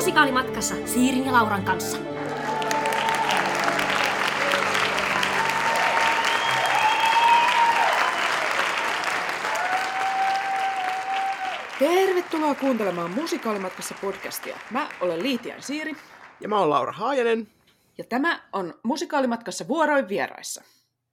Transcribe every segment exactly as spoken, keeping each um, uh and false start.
Musikaalimatkassa Siirin ja Lauran kanssa. Tervetuloa kuuntelemaan Musikaalimatkassa podcastia. Mä olen Liitian Siiri. Ja mä oon Laura Haajanen. Ja tämä on Musikaalimatkassa vuoroin vieraissa.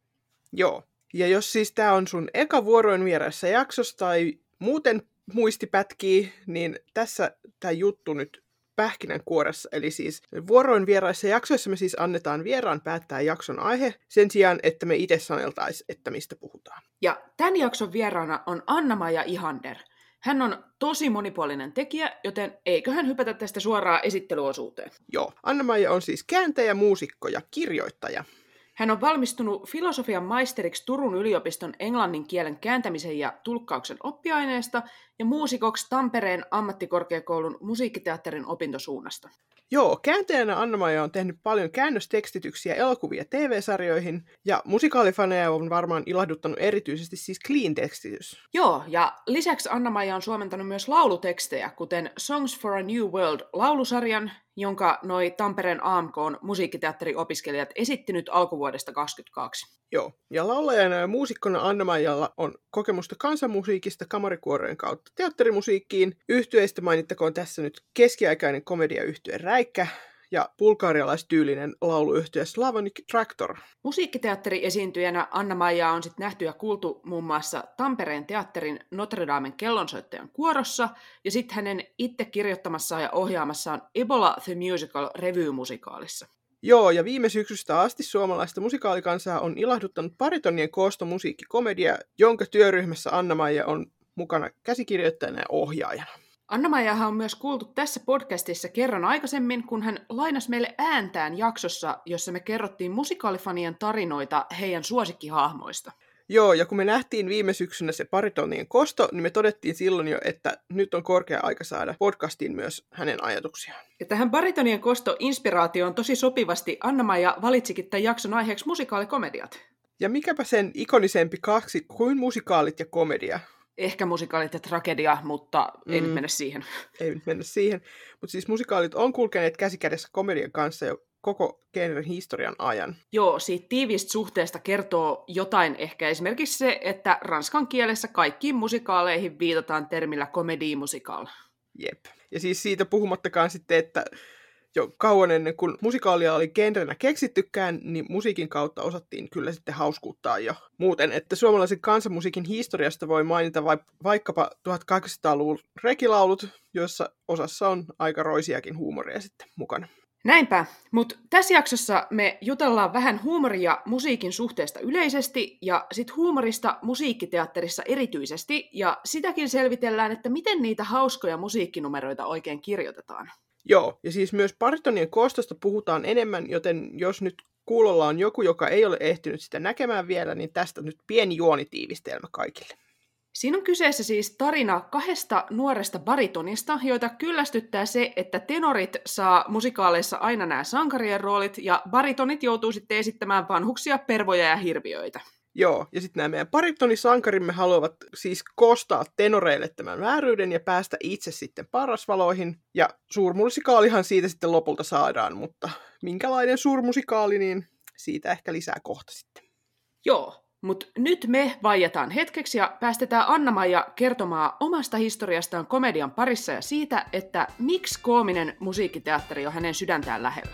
Joo. Ja jos siis tää on sun eka vuoroin vieraissa jaksossa tai muuten muisti pätkii, niin tässä tää juttu nyt pähkinänkuoressa. Eli siis vuoroin vieraissa jaksoissa me siis annetaan vieraan päättää jakson aihe sen sijaan, että me itse saneltais, että mistä puhutaan. Ja tämän jakson vieraana on Anna-Maija Ihander. Hän on tosi monipuolinen tekijä, joten eiköhän hypätä tästä suoraan esittelyosuuteen. Joo. Anna-Maija on siis kääntäjä, muusikko ja kirjoittaja. Hän on valmistunut filosofian maisteriksi Turun yliopiston englannin kielen kääntämisen ja tulkkauksen oppiaineesta ja muusikoksi Tampereen ammattikorkeakoulun musiikkiteatterin opintosuunnasta. Joo, kääntäjänä Anna-Maija on tehnyt paljon käännöstekstityksiä elokuvia T V-sarjoihin, ja musikaalifaneja on varmaan ilahduttanut erityisesti siis clean-tekstitys. Joo, ja lisäksi Anna-Maija on suomentanut myös laulutekstejä, kuten Songs for a New World-laulusarjan, jonka noi Tampereen A M K:n musiikkiteatteriopiskelijat esittinyt alkuvuodesta kaksikymmentäkaksi. Joo, ja laulajana ja muusikkona Anna-Maijalla on kokemusta kansanmusiikista kamarikuorojen kautta teatterimusiikkiin. Yhtyeistä mainittakoon tässä nyt keskiaikainen komediayhtye Räikkä ja bulgarialaistyylinen lauluyhtye Slavonic Tractor. Musiikkiteatteriesiintyjänä Anna-Maijaa on sitten nähty ja kuultu muun muassa Tampereen teatterin Notre Damen kellonsoittajan kuorossa ja sitten hänen itse kirjoittamassaan ja ohjaamassaan Ebola the Musical revyymusikaalissa. Joo, ja viime syksystä asti suomalaista musikaalikansaa on ilahduttanut Baritonien koosto musiikkikomedia, jonka työryhmässä Anna-Maija on mukana käsikirjoittajana ja ohjaajana. Anna-Maijahan on myös kuultu tässä podcastissa kerran aikaisemmin, kun hän lainasi meille ääntään jaksossa, jossa me kerrottiin musikaalifanien tarinoita heidän suosikkihahmoista. Joo, ja kun me nähtiin viime syksynä se Baritonien kosto, niin me todettiin silloin jo, että nyt on korkea aika saada podcastiin myös hänen ajatuksiaan. Ja tähän Baritonien kosto-inspiraatioon tosi sopivasti Anna-Maija valitsikin tämän jakson aiheeksi musikaalikomediat. Ja mikäpä sen ikonisempi kaksi kuin musikaalit ja komedia. Ehkä musikaalit ja tragedia, mutta ei mm. nyt mennä siihen. Ei nyt mennä siihen. Mutta siis musikaalit on kulkeneet käsikädessä komedian kanssa jo koko genren historian ajan. Joo, siitä tiivistä suhteesta kertoo jotain ehkä esimerkiksi se, että ranskan kielessä kaikkiin musikaaleihin viitataan termillä comédie musicale. Jep. Ja siis siitä puhumattakaan sitten, että jo kauan ennen kuin musikaalia oli genrenä keksittykään, niin musiikin kautta osattiin kyllä sitten hauskuuttaa jo muuten. Että suomalaisen kansanmusiikin historiasta voi mainita vaikkapa tuhatkahdeksansataaluvun rekilaulut, joissa osassa on aika roisiakin huumoria sitten mukana. Näinpä, mutta tässä jaksossa me jutellaan vähän huumorin ja musiikin suhteesta yleisesti ja sitten huumorista musiikkiteatterissa erityisesti ja sitäkin selvitellään, että miten niitä hauskoja musiikkinumeroita oikein kirjoitetaan. Joo, ja siis myös Baritonien koostosta puhutaan enemmän, joten jos nyt kuulolla on joku, joka ei ole ehtinyt sitä näkemään vielä, niin tästä nyt pieni juonitiivistelmä kaikille. Siinä on kyseessä siis tarina kahdesta nuoresta baritonista, joita kyllästyttää se, että tenorit saa musikaaleissa aina nämä sankarien roolit, ja baritonit joutuu sitten esittämään vanhuksia, pervoja ja hirviöitä. Joo, ja sitten nämä meidän baritonisankarimme haluavat siis kostaa tenoreille tämän vääryyden ja päästä itse sitten parasvaloihin. Ja suurmusikaalihan siitä sitten lopulta saadaan, mutta minkälainen suurmusikaali, niin siitä ehkä lisää kohta sitten. Joo, mutta nyt me vaijataan hetkeksi ja päästetään Anna-Maija kertomaan omasta historiastaan komedian parissa ja siitä, että miksi koominen musiikkiteatteri on hänen sydäntään lähellä.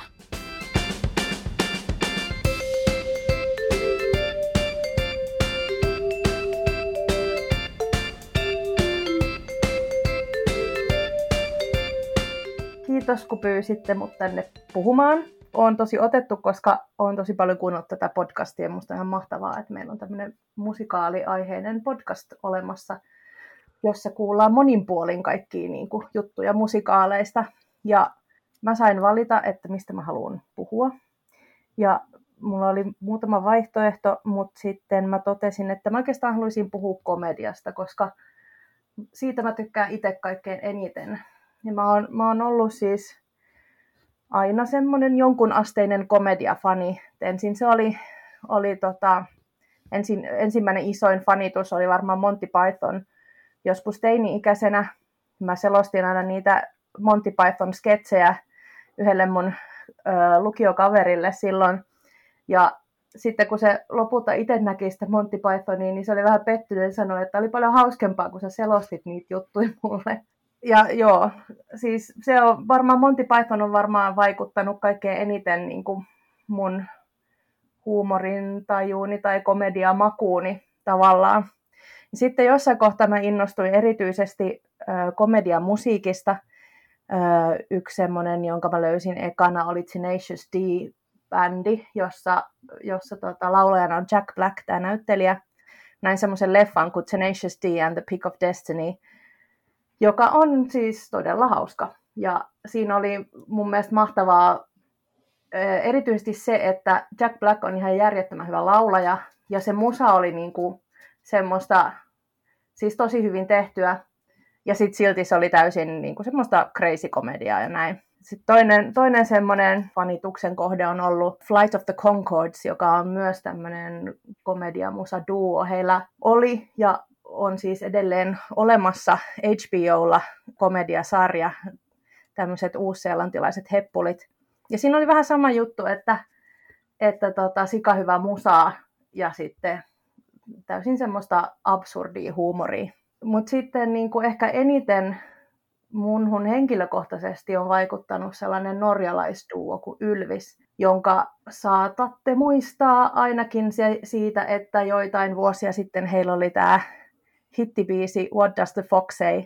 Kiitos, kun pyysitte mut tänne puhumaan. Olen tosi otettu, koska olen tosi paljon kuunnellut tätä podcastia. Minusta on ihan mahtavaa, että meillä on tämmöinen musikaaliaiheinen podcast olemassa, jossa kuullaan monin puolin kaikkia niin kuin, juttuja musikaaleista. Ja mä sain valita, että mistä mä haluan puhua. Ja mulla oli muutama vaihtoehto, mutta sitten mä totesin, että mä oikeastaan haluaisin puhua komediasta, koska siitä mä tykkään itse kaikkein eniten. Ja mä oon, mä oon ollut siis aina semmoinen jonkun asteinen komediafani. Ensin se oli, oli tota, ensin, ensimmäinen isoin fanitus oli varmaan Monty Python. Joskus teini-ikäisenä mä selostin aina niitä Monty Python sketsejä yhdelle mun ö, lukiokaverille silloin. Ja sitten kun se lopulta itse näki sitä Monty Pythonia, niin se oli vähän pettynyt ja sanoi, että oli paljon hauskempaa, kun sä selostit niitä juttuja mulle. Ja joo, siis se on varmaan, Monty Python on varmaan vaikuttanut kaikkein eniten niin kuin mun huumorin tajuuni tai komediamakuuni tavallaan. Sitten jossain kohtaa mä innostuin erityisesti äh, komedian musiikista. Äh, yksi semmoinen, jonka mä löysin ekana, oli Tenacious D-bändi, jossa, jossa tota, laulajana on Jack Black, tämä näyttelijä. Näin semmoisen leffan kuin Tenacious D and the Pick of Destiny, joka on siis todella hauska. Ja siinä oli mun mielestä mahtavaa erityisesti se, että Jack Black on ihan järjettömän hyvä laulaja, ja se musa oli niinku semmoista, siis tosi hyvin tehtyä, ja sitten silti se oli täysin niinku semmoista crazy-komediaa ja näin. Sitten toinen, toinen semmoinen fanituksen kohde on ollut Flight of the Conchords, joka on myös tämmöinen komedia-musa-duo. Heillä oli ja on siis edelleen olemassa H B O:lla komediasarja, tämmöiset uusseelantilaiset heppulit. Ja siinä oli vähän sama juttu, että, että tota, sika hyvä musaa ja sitten täysin semmoista absurdia huumoria. Mutta sitten niin kuin ehkä eniten munhun henkilökohtaisesti on vaikuttanut sellainen norjalaisduo kuin Ylvis, jonka saatatte muistaa ainakin se, siitä, että joitain vuosia sitten heillä oli tämä hittibiisi What Does the Fox Say,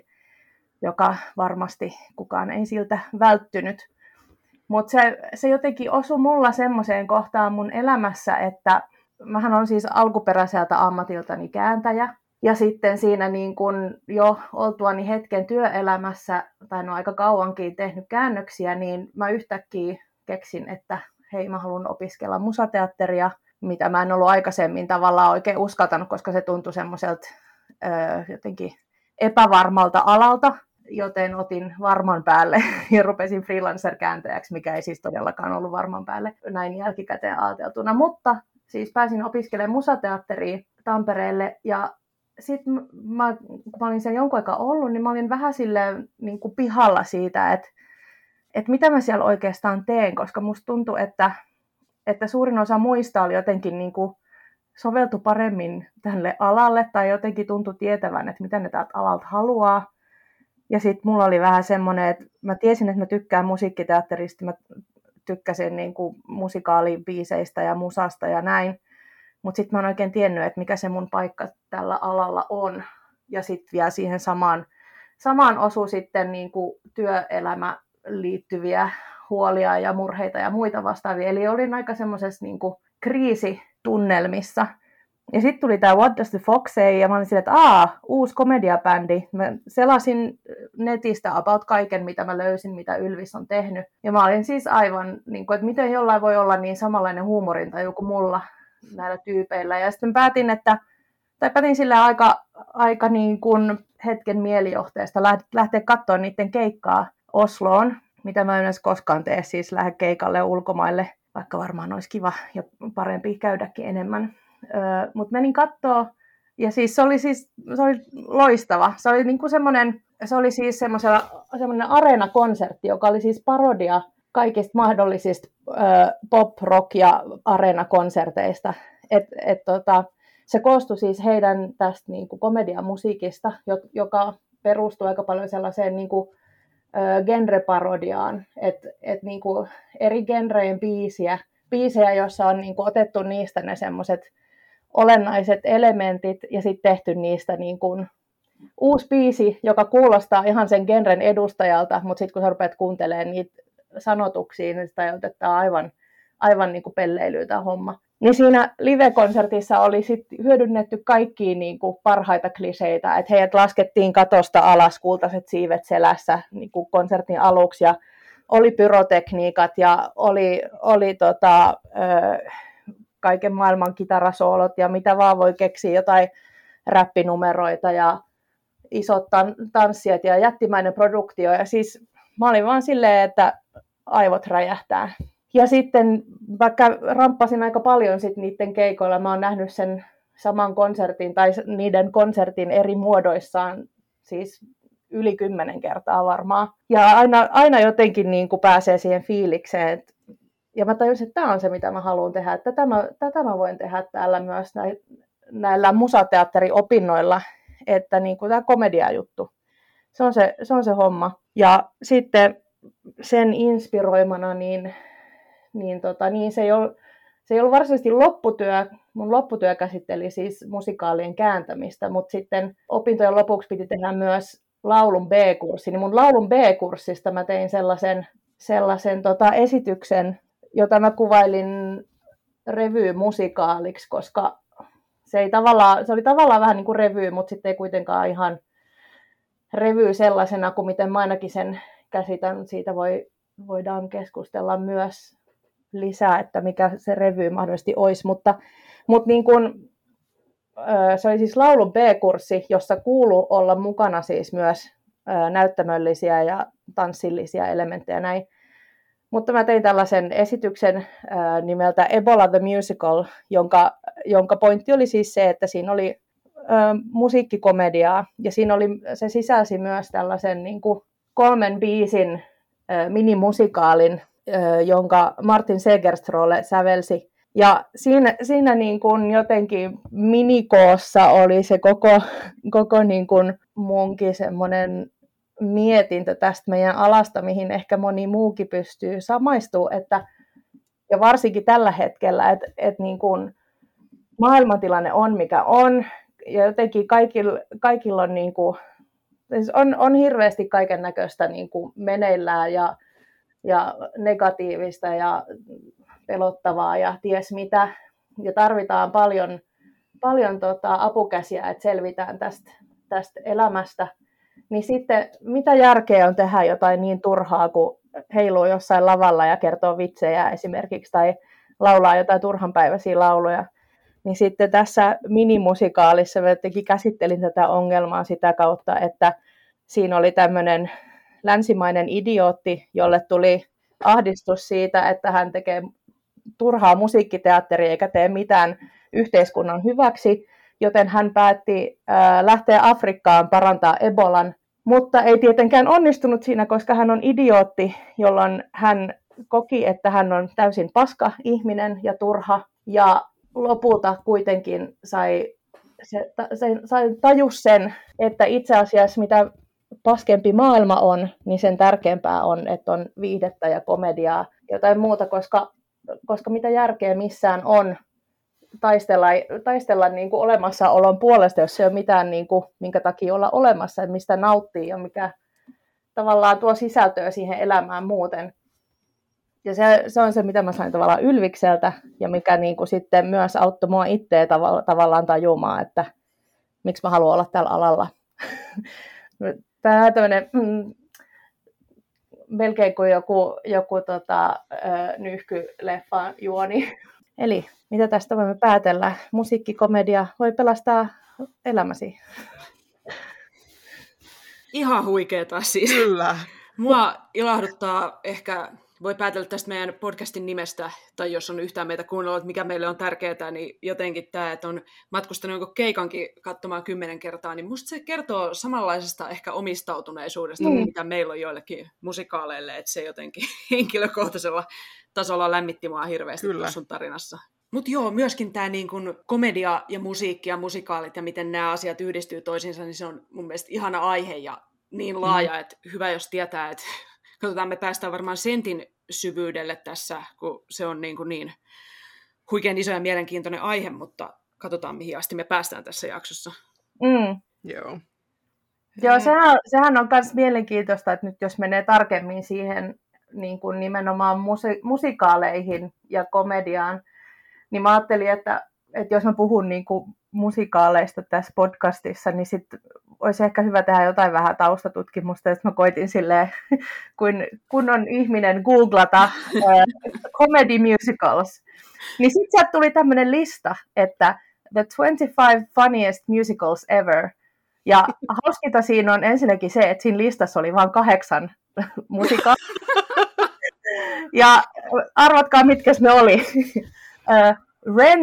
joka varmasti kukaan ei siltä välttynyt. Mutta se, se jotenkin osui mulla semmoiseen kohtaan mun elämässä, että mähän on siis alkuperäiseltä ammatiltani kääntäjä. Ja sitten siinä niin kun jo oltuani hetken työelämässä, tai no aika kauankin tehnyt käännöksiä, niin mä yhtäkkiä keksin, että hei, mä haluan opiskella musateatteria, mitä mä en ollut aikaisemmin tavallaan oikein uskaltanut, koska se tuntui semmoiselta öö, jotenkin epävarmalta alalta. Joten otin varman päälle ja rupesin freelancer-kääntäjäksi, mikä ei siis todellakaan ollut varman päälle näin jälkikäteen ajateltuna. Mutta siis pääsin opiskelemaan musateatteriin Tampereelle ja sitten mä, kun mä olin sen jonkun aikaa ollut, niin mä olin vähän silleen niin kuin pihalla siitä, että, että mitä mä siellä oikeastaan teen, koska musta tuntui, että, että suurin osa muista oli jotenkin niin kuin soveltu paremmin tälle alalle tai jotenkin tuntui tietävän, että mitä ne täältä alalta haluaa. Ja sitten mulla oli vähän semmoinen, että mä tiesin, että mä tykkään musiikkiteatterista, mä tykkäsin niin kuin musikaalibiiseistä ja musasta ja näin. Mutta sitten mä en oikein tiennyt, että mikä se mun paikka tällä alalla on. Ja sitten vielä siihen samaan, samaan osui sitten niin kuin työelämä liittyviä huolia ja murheita ja muita vastaavia. Eli olin aika semmoisessa niin kuin kriisitunnelmissa. Ja sitten tuli tämä What Does the Fox Say, ja mä olin silleen, että aah, uusi komediabändi. Mä selasin netistä about kaiken, mitä mä löysin, mitä Ylvis on tehnyt. Ja mä olin siis aivan, niin kuin, että miten jollain voi olla niin samanlainen huumorintaju kuin mulla näillä tyypeillä. Ja sitten päätin, että, tai päätin sillä aika, aika niin kuin hetken mielijohteesta lähteä katsoa niiden keikkaa Osloon, mitä mä en edes koskaan tee, siis lähde keikalle ulkomaille, vaikka varmaan olisi kiva ja parempi käydäkin enemmän. Öö, mutta menin kattoo ja siis se oli siis se oli loistava. Se oli niinku semmoinen se oli siis semmoinen areenakonsertti, joka oli siis parodia kaikista mahdollisista öö, pop, rock ja areenakonserteista. Et, et tota, se koostui siis heidän tästä niinku komediamusiikista, joka perustuu aika paljon sellaiseen niinku öö, genreparodiaan, että et niinku eri genreen biisiä, biisejä, joissa on niinku otettu niistä ne semmoiset olennaiset elementit ja sitten tehty niistä niin kuin uusi biisi, joka kuulostaa ihan sen genren edustajalta, mutta sitten kun sä rupeat kuuntelemaan niitä sanotuksia, niin sitä otetaan aivan, aivan niin kuin pelleilyltä homma. Niin siinä live-konsertissa oli sitten hyödynnetty kaikkia niin kuin parhaita kliseitä, että heidät laskettiin katosta alas, kultaiset siivet selässä niin kuin konsertin aluksi, ja oli pyrotekniikat ja oli, oli tota, ö, kaiken maailman kitarasoolot ja mitä vaan voi keksiä, jotain räppinumeroita ja isot tan- tanssijat ja jättimäinen produktio. Ja siis mä olin vaan silleen, että aivot räjähtää. Ja sitten vaikka ramppasin aika paljon sit niiden keikoilla, mä oon nähnyt sen saman konsertin tai niiden konsertin eri muodoissaan, siis yli kymmenen kertaa varmaan. Ja aina, aina jotenkin niin kuin pääsee siihen fiilikseen. Et, ja mä tajusin, että tämä on se, mitä mä haluan tehdä. Että tätä, mä, tätä mä voin tehdä täällä myös näillä, näillä musateatteriopinnoilla. Että niin kuin tämä komedia-juttu. Se on se, se on se homma. Ja sitten sen inspiroimana, niin, niin, tota, niin se, ei ollut, se ei ollut varsinaisesti lopputyö. Mun lopputyö käsitteli siis musikaalien kääntämistä, mutta sitten opintojen lopuksi piti tehdä myös laulun B-kurssi. Niin mun laulun B-kurssista mä tein sellaisen, sellaisen tota, esityksen, jota mä kuvailin revy-musikaaliksi, koska se, ei tavallaan, se oli tavallaan vähän niin kuin revy, mutta sitten ei kuitenkaan ihan revy sellaisena kuin miten mä ainakin sen käsitän. Siitä voi, voidaan keskustella myös lisää, että mikä se revy mahdollisesti olisi. Mutta, mutta niin kuin, se oli siis laulun B-kurssi, jossa kuului olla mukana siis myös näyttämöllisiä ja tanssillisia elementtejä näin. Mutta mä tein tällaisen esityksen nimeltä Ebola the Musical, jonka, jonka pointti oli siis se, että siinä oli musiikkikomediaa, ja siinä oli, se sisälsi myös tällaisen niin kuin kolmen biisin äh, minimusikaalin, äh, jonka Martin Segerström sävelsi. Ja siinä, siinä niin kuin jotenkin minikoossa oli se koko, koko niin kuin munkin semmoinen mietintö tästä meidän alasta, mihin ehkä moni muukin pystyy samaistumaan, että, ja varsinkin tällä hetkellä, että, että niin kuin maailmantilanne on mikä on, ja jotenkin kaikilla, kaikilla on, niin kuin, siis on, on hirveästi kaiken näköistä niin kuin meneillään ja, ja negatiivista ja pelottavaa ja ties mitä. Ja tarvitaan paljon, paljon tota apukäsiä, että selvitään tästä, tästä elämästä. Niin sitten mitä järkeä on tehdä jotain niin turhaa, kun heiluu jossain lavalla ja kertoo vitsejä esimerkiksi tai laulaa jotain turhanpäiväisiä lauluja. Niin sitten tässä minimusikaalissa mä jotenkin käsittelin tätä ongelmaa sitä kautta, että siinä oli tämmöinen länsimainen idiootti, jolle tuli ahdistus siitä, että hän tekee turhaa musiikkiteatteria eikä tee mitään yhteiskunnan hyväksi, joten hän päätti ää, lähteä Afrikkaan parantaa Ebolan, mutta ei tietenkään onnistunut siinä, koska hän on idiootti, jolloin hän koki, että hän on täysin paska ihminen ja turha, ja lopulta kuitenkin sai, se, se, sai tajus sen, että itse asiassa mitä paskempi maailma on, niin sen tärkeämpää on, että on viihdettä ja komediaa, jotain muuta, koska, koska mitä järkeä missään on taistella, taistella niin kuin olemassaolon puolesta, jos ei ole mitään, niin kuin, minkä takia olla olemassa, ja mistä nauttii ja mikä tavallaan tuo sisältöä siihen elämään muuten. Ja se, se on se, mitä mä sain tavallaan Ylvikseltä, ja mikä niin kuin sitten myös auttoi mua itseä tavalla, tavallaan tajumaan, että miksi mä haluan olla tällä alalla. Tämä on tämmöinen mm, melkein kuin joku, joku tota, nyyhkyleffan juoni. Eli mitä tästä voimme päätellä? Musiikkikomedia voi pelastaa elämäsi. Ihan huikeeta siis. Kyllä. Mua ilahduttaa ehkä, voi päätellä tästä meidän podcastin nimestä, tai jos on yhtään meitä kuunnellut, mikä meille on tärkeää, niin jotenkin tämä, että on matkustanut jonkun keikankin katsomaan kymmenen kertaa, niin musta se kertoo samanlaisesta ehkä omistautuneisuudesta, mm. mitä meillä on joillekin musikaaleille, että se jotenkin henkilökohtaisella tasolla lämmitti mua hirveästi sun tarinassa. Mutta joo, myöskin tämä niin kun komedia ja musiikki ja musikaalit ja miten nämä asiat yhdistyy toisiinsa, niin se on mun mielestä ihana aihe ja niin laaja, mm. että hyvä jos tietää, että katsotaan, me päästään varmaan sentin syvyydelle tässä, kun se on niin, kuin niin huikean iso ja mielenkiintoinen aihe, mutta katsotaan, mihin asti me päästään tässä jaksossa. Mm. Joo. Joo, sehän, sehän on myös mielenkiintoista, että nyt jos menee tarkemmin siihen niin kuin nimenomaan musi- musikaaleihin ja komediaan, niin mä ajattelin, että, että jos mä puhun niin kuin musikaaleista tässä podcastissa, niin sitten olisi ehkä hyvä tehdä jotain vähän taustatutkimusta, että mä koitin silleen, kun, kun on ihminen googlata uh, comedy musicals, niin sitten sieltä tuli tämmöinen lista, että the twenty-five funniest musicals ever. Ja hauskinta siinä on ensinnäkin se, että siinä listassa oli vain kahdeksan musikaalia. Ja arvatkaa, mitkä ne oli. Uh, Rent,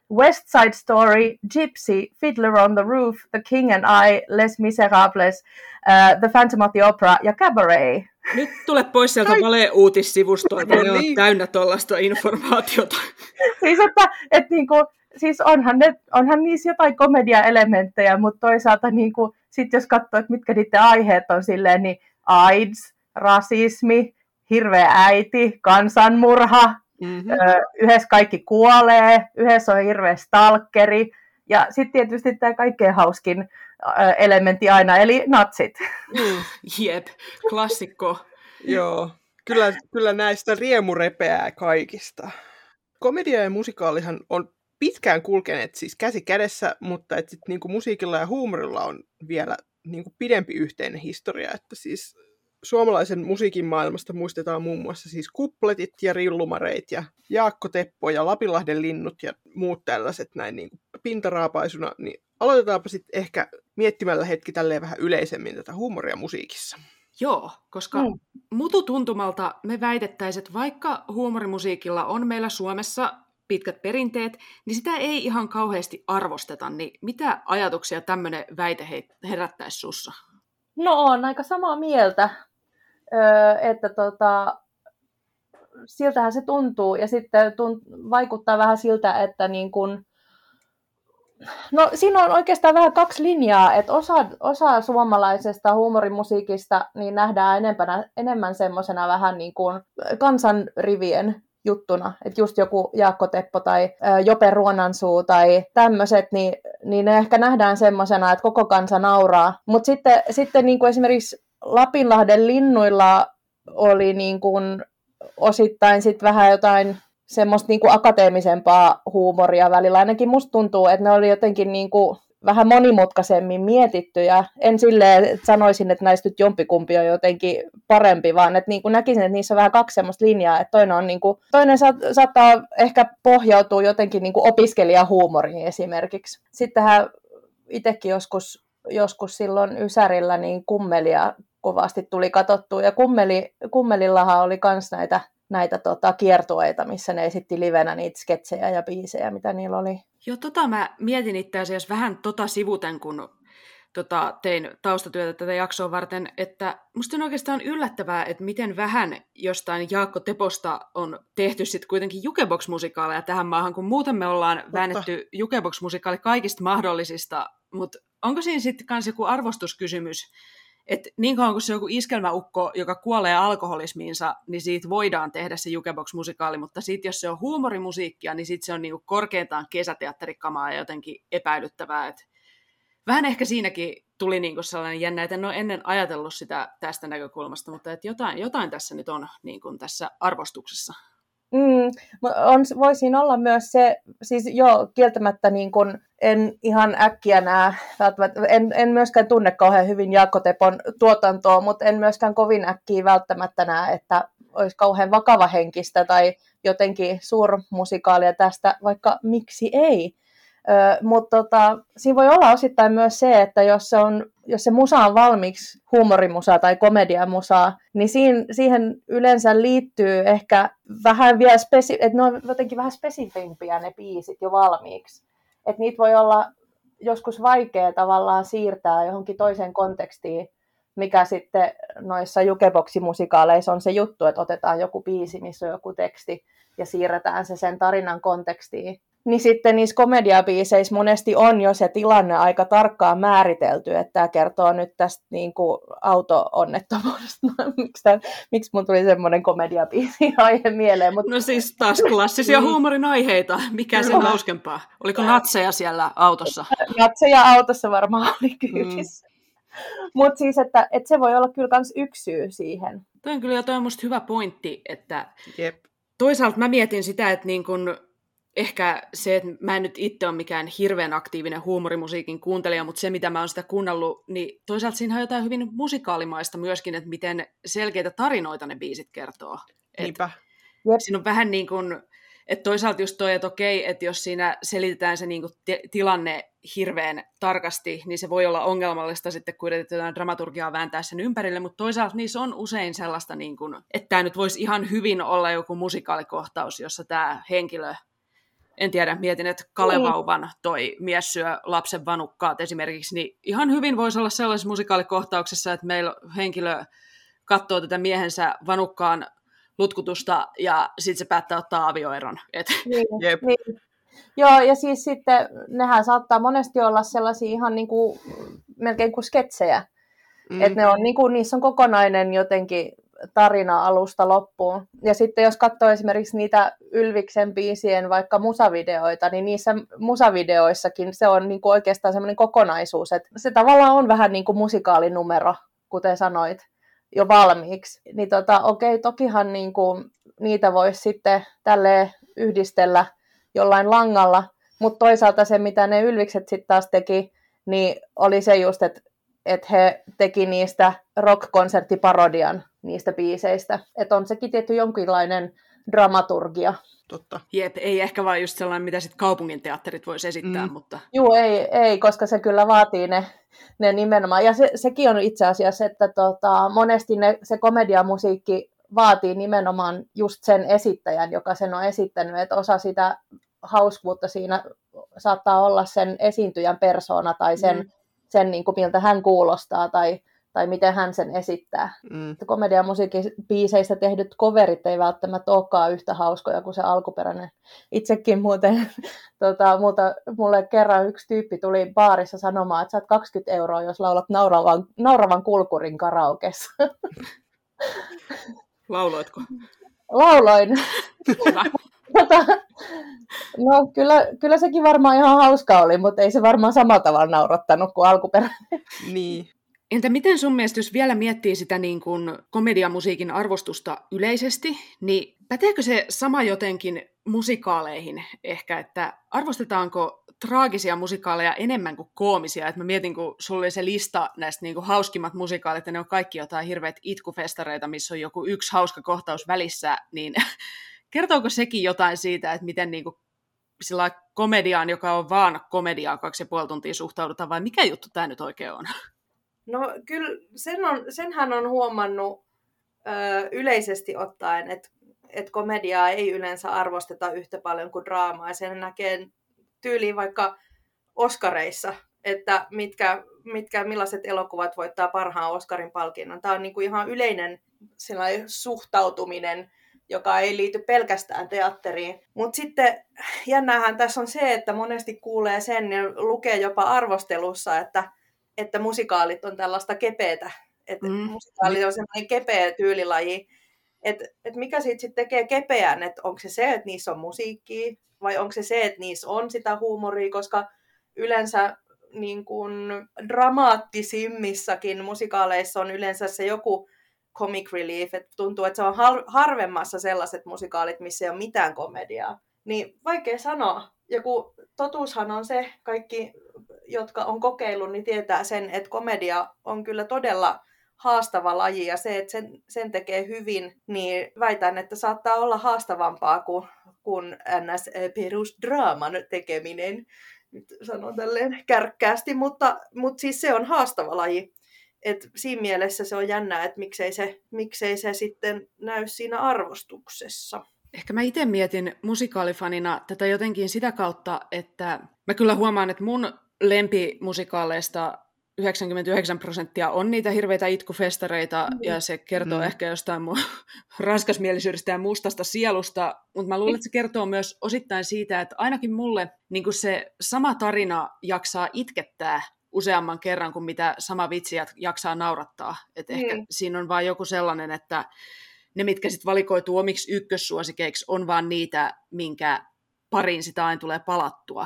West Side Story, Gypsy, Fiddler on the Roof, The King and I, Les Miserables, uh, The Phantom of the Opera ja Cabaret. Nyt tule pois sieltä vale-uutissivustoilta, No ne on niin. täynnä tuollaista informaatiota. Siis, että, että niinku, siis onhan, ne, onhan niissä jotain komediaelementtejä, mutta toisaalta niinku, sit jos katsoo, että mitkä niiden aiheet on silleen, niin AIDS, rasismi, hirveä äiti, kansanmurha, Mm-hmm. ö, yhdessä kaikki kuolee, yhdessä on hirveä stalkeri, ja sitten tietysti tämä kaikkein hauskin ö, elementti aina, eli natsit. Mm. Jep, klassikko. Joo, kyllä, kyllä näistä riemu repeää kaikista. Komedia ja musikaalihan on pitkään kulkeneet siis käsi kädessä, mutta et sit niinku musiikilla ja huumorilla on vielä niinku pidempi yhteinen historia, että siis suomalaisen musiikin maailmasta muistetaan muun muassa siis kupletit ja rillumareit ja Jaakko Teppo ja Lapinlahden linnut ja muut tällaiset näin niin kuin pintaraapaisuna, niin aloitetaanpa sitten ehkä miettimällä hetki tälleen vähän yleisemmin tätä huumoria musiikissa. Joo, koska mm. mututuntumalta me väitettäisiin, että vaikka huumorimusiikilla on meillä Suomessa pitkät perinteet, niin sitä ei ihan kauheasti arvosteta. Niin mitä ajatuksia tämmöinen väite herättäisi sussa? No on aika samaa mieltä, öö, että tota, siltähän se tuntuu ja sitten tunt- vaikuttaa vähän siltä, että niin kun, no siinä on oikeastaan vähän kaksi linjaa, että osa, osa suomalaisesta huumorimusiikista niin nähdään enempänä, enemmän semmoisena vähän niin kuin kansanrivien juttuna, että just joku Jaakko Teppo tai Jope Ruonansuu tai tämmöiset, niin, niin ne ehkä nähdään semmoisena, että koko kansa nauraa. Mutta sitten, sitten niin kuin esimerkiksi Lapinlahden linnuilla oli niin kuin osittain sit vähän jotain semmoista niin kuin akateemisempaa huumoria välillä. Ainakin musta tuntuu, että ne oli jotenkin niin kuin vähän monimutkaisemmin mietittyjä. En silleen että sanoisin, että näistä nyt jompikumpi on jotenkin parempi, vaan että niin kuin näkisin, että niissä on vähän kaksi semmoista linjaa. Että toinen, on niin kuin, toinen sa- saattaa ehkä pohjautua jotenkin niin kuin opiskelijahuumoriin esimerkiksi. Sittenhän itsekin joskus, joskus silloin Ysärillä niin kummelia kovasti tuli katsottua. Ja kummeli, kummelillahan oli myös näitä, näitä tota, kiertueita, missä ne esitti livenä niitä sketsejä ja biisejä, mitä niillä oli. Joo, tota mä mietin itse asiassa vähän tota sivuten, kun tota, tein taustatyötä tätä jaksoa varten, että musta on oikeastaan yllättävää, että miten vähän jostain Jaakko Teposta on tehty sitten kuitenkin Jukebox-musikaaleja tähän maahan, kun muuten me ollaan Totta. väännetty Jukebox-musikaali kaikista mahdollisista, mutta onko siinä sitten myös joku arvostuskysymys, että niin kauan kuin se on joku iskelmäukko, joka kuolee alkoholismiinsa, niin siitä voidaan tehdä se Jukebox-musikaali, mutta sitten jos se on huumorimusiikkia, niin sitten se on niinku korkeintaan kesäteatterikamaa ja jotenkin epäilyttävää. Et vähän ehkä siinäkin tuli niinku sellainen jännä, että en ole ennen ajatellut sitä tästä näkökulmasta, mutta et jotain, jotain tässä nyt on niinku tässä arvostuksessa. Mm, on, voisin olla myös se, siis joo, kieltämättä niin kun en ihan äkkiä näe, en, en myöskään tunne kauhean hyvin Jaakko Tepon tuotantoa, mutta en myöskään kovin äkkiä välttämättä näe, että olisi kauhean vakavahenkistä tai jotenkin suurmusikaalia tästä, vaikka miksi ei. Ö, mutta tota, siinä voi olla osittain myös se, että jos se, on, jos se musa on valmiiksi huumorimusaa tai komediamusaa, niin siihen, siihen yleensä liittyy ehkä vähän vielä spesi- että ne on jotenkin vähän spesifimpiä ne biisit jo valmiiksi. Että niitä voi olla joskus vaikea tavallaan siirtää johonkin toiseen kontekstiin, mikä sitten noissa jukeboksimusikaaleissa on se juttu, että otetaan joku biisi, missä on joku teksti ja siirretään se sen tarinan kontekstiin. Niin sitten niissä komediabiiseissä monesti on jo se tilanne aika tarkkaan määritelty, että tämä kertoo nyt tästä niin kuin auto-onnettomuudesta. miksi, tämän, miksi mun tuli semmoinen komediabiisi aihe mieleen? Mutta... No siis taas klassisia huumorin aiheita. Mikä sen hauskempaa? Oliko natseja siellä autossa? Natseja autossa varmaan oli kyydissä. Mm. Mutta siis, että, että se voi olla kyllä myös yksi syy siihen. Toi on kyllä jo toi musta hyvä pointti, että Jep. Toisaalta mä mietin sitä, että niin kun ehkä se, että mä en nyt itse ole mikään hirveän aktiivinen huumorimusiikin kuuntelija, mutta se, mitä mä oon sitä kuunnellut, niin toisaalta siinä on jotain hyvin musikaalimaista myöskin, että miten selkeitä tarinoita ne biisit kertoo. Niinpä. Siinä on vähän niin kuin, että toisaalta just toi, että okei, että jos siinä selitetään se niin kuin t- tilanne hirveän tarkasti, niin se voi olla ongelmallista sitten, kun yritetään dramaturgiaa vääntää sen ympärille, mutta toisaalta niissä on usein sellaista, niin kuin, että tämä nyt voisi ihan hyvin olla joku musikaalikohtaus, jossa tämä henkilö en tiedä, mietin, että Kalevauvan toi Mies syö lapsen vanukkaat esimerkiksi, niin ihan hyvin voisi olla sellaisessa musikaalikohtauksessa, että meillä henkilö katsoo tätä miehensä vanukkaan lutkutusta ja sitten se päättää ottaa avioeron. Et. Niin, Jep. niin. Joo, ja siis sitten nehän saattaa monesti olla sellaisia ihan niin kuin, melkein kuin sketsejä. Mm. Että ne on, niin kuin, niissä on kokonainen jotenkin tarina alusta loppuun. Ja sitten jos katsoo esimerkiksi niitä Ylviksen biisien vaikka musavideoita, niin niissä musavideoissakin se on niin kuin oikeastaan semmoinen kokonaisuus, että se tavallaan on vähän niin kuin musikaalinumero, kuten sanoit, jo valmiiksi. Niin tota, okei, tokihan niin kuin niitä voisi sitten tälleen yhdistellä jollain langalla, mutta toisaalta se, mitä ne Ylvikset sitten taas teki, niin oli se just, että että he teki niistä rock-konserttiparodian niistä biiseistä. Että on sekin tietty jonkinlainen dramaturgia. Totta. Jep, ei ehkä vaan just sellainen, mitä sitten kaupungin teatterit voisi esittää, mm. mutta... Joo, ei, ei, koska se kyllä vaatii ne, ne nimenomaan. Ja se, sekin on itse asiassa, että tota, monesti ne, se komediamusiikki vaatii nimenomaan just sen esittäjän, joka sen on esittänyt. Että osa sitä hauskuutta siinä saattaa olla sen esiintyjän persoona tai sen... Mm. sen, niin kuin, miltä hän kuulostaa tai, tai miten hän sen esittää. Mm. Komediamusiikin biiseistä tehdyt coverit ei välttämättä olekaan yhtä hauskoja kuin se alkuperäinen. Itsekin muuten, tota, muuta, mulle kerran yksi tyyppi tuli baarissa sanomaan, että saat kaksikymmentä euroa, jos laulat nauravan, nauravan kulkurin karaokessa. Lauloitko? Lauloin. Tota, no kyllä, kyllä sekin varmaan ihan hauska oli, mutta ei se varmaan samalla tavalla naurattanut kuin alkuperäinen. Niin. Entä miten sun mielestä, jos vielä miettii sitä niin kuin komediamusiikin arvostusta yleisesti, niin päteekö se sama jotenkin musikaaleihin ehkä, että arvostetaanko traagisia musikaaleja enemmän kuin koomisia? Et mä mietin, kun sulla oli se lista näistä niin kuin hauskimmat musikaalit, ja ne on kaikki jotain hirveät itkufestareita, missä on joku yksi hauska kohtaus välissä, niin... Kertooko sekin jotain siitä, että miten niin kuin sillä komediaan, joka on vaan komediaa kaksi ja puoli tuntia suhtaudutaan, vai mikä juttu tämä nyt oikein on? No kyllä sen on, senhän on huomannut ö, yleisesti ottaen, että et komediaa ei yleensä arvosteta yhtä paljon kuin draamaa. Ja sen näkee tyyliin vaikka Oscareissa, että mitkä, mitkä, millaiset elokuvat voittaa parhaan Oscarin palkinnon. Tämä on niin kuin ihan yleinen suhtautuminen, joka ei liity pelkästään teatteriin. Mutta sitten jännäähän tässä on se, että monesti kuulee sen ja lukee jopa arvostelussa, että, että musikaalit on tällaista kepeätä. Että mm. musikaalit on semmoinen kepeä tyylilaji. Että et mikä siitä sitten tekee kepeän, että onko se se, että niissä on musiikkia, vai onko se se, että niissä on sitä huumoria, koska yleensä niin kun dramaattisimmissakin musikaaleissa on yleensä se joku comic relief, että tuntuu, että se on harvemmassa sellaiset musikaalit, missä ei ole mitään komediaa. Niin vaikea sanoa. Ja kun totuushan on se, kaikki, jotka on kokeillut, niin tietää sen, että komedia on kyllä todella haastava laji, ja se, että sen, sen tekee hyvin, niin väitän, että saattaa olla haastavampaa kuin, kuin ns. Perusdraaman tekeminen. Nyt sanon tälleen kärkkäästi, mutta, mutta siis se on haastava laji. Et siinä mielessä se on jännää, että miksei se, miksei se sitten näy siinä arvostuksessa. Ehkä mä itse mietin musikaalifanina tätä jotenkin sitä kautta, että mä kyllä huomaan, että mun lempimusikaaleista yhdeksänkymmentäyhdeksän prosenttia on niitä hirveitä itkufestareita, mm. ja se kertoo mm. ehkä jostain mun raskasmielisyydestä ja mustasta sielusta, mutta mä luulen, että se kertoo myös osittain siitä, että ainakin mulle niin se sama tarina jaksaa itkettää useamman kerran kuin mitä sama vitsi jaksaa naurattaa. Et ehkä mm. siinä on vaan joku sellainen, että ne, mitkä sitten valikoituu omiksi ykkössuosikeiksi, on vaan niitä, minkä pariin sitä aina tulee palattua.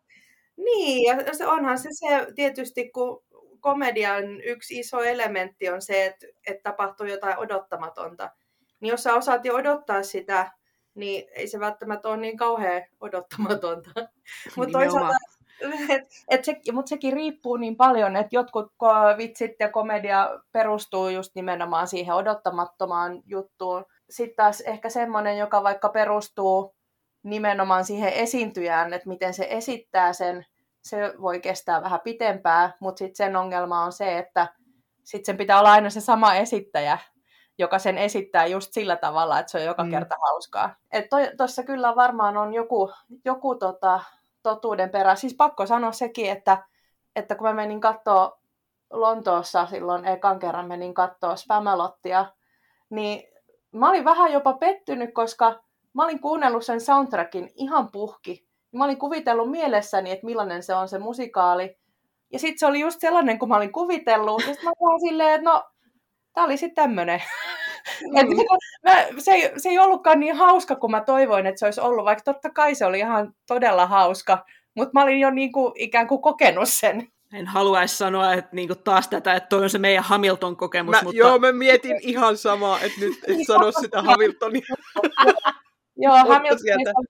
Niin, ja se onhan se, se tietysti, kun komedian yksi iso elementti on se, että, että tapahtuu jotain odottamatonta. Niin jos sä osaat jo odottaa sitä, niin ei se välttämättä ole niin kauhean odottamatonta. Mutta toisaalta Et, et se, mutta sekin riippuu niin paljon, että jotkut vitsit ja komedia perustuu just nimenomaan siihen odottamattomaan juttuun. Sitten taas ehkä semmoinen, joka vaikka perustuu nimenomaan siihen esiintyjään, että miten se esittää sen, se voi kestää vähän pitempään, mutta sitten sen ongelma on se, että sit sen pitää olla aina se sama esittäjä. joka sen esittää just sillä tavalla, että se on joka Mm. kerta hauskaa. Tuossa kyllä varmaan on joku, joku tota, totuuden perä. Siis pakko sanoa sekin, että, että kun mä menin katsoa Lontoossa silloin ekan kerran menin katsoa Spamalottia, niin mä olin vähän jopa pettynyt, koska mä olin kuunnellut sen soundtrackin ihan puhki. Mä olin kuvitellut mielessäni, että millainen se on se musikaali. Ja sitten se oli just sellainen, kun mä olin kuvitellut. Ja sitten mä olin silleen, että no, tää oli sitten tämmönen. Mm. Et, mä, se, ei, se ei ollutkaan niin hauska, kuin mä toivoin, että se olisi ollut. Vaikka totta kai se oli ihan todella hauska. Mutta mä olin jo niinku, ikään kuin kokenut sen. En haluaisi sanoa, että niinku taas tätä, että toi on se meidän Hamilton-kokemus. Mä, mutta... Joo, mä mietin ihan samaa, että nyt et sano sitä Hamiltonia. Joo, Hamilton.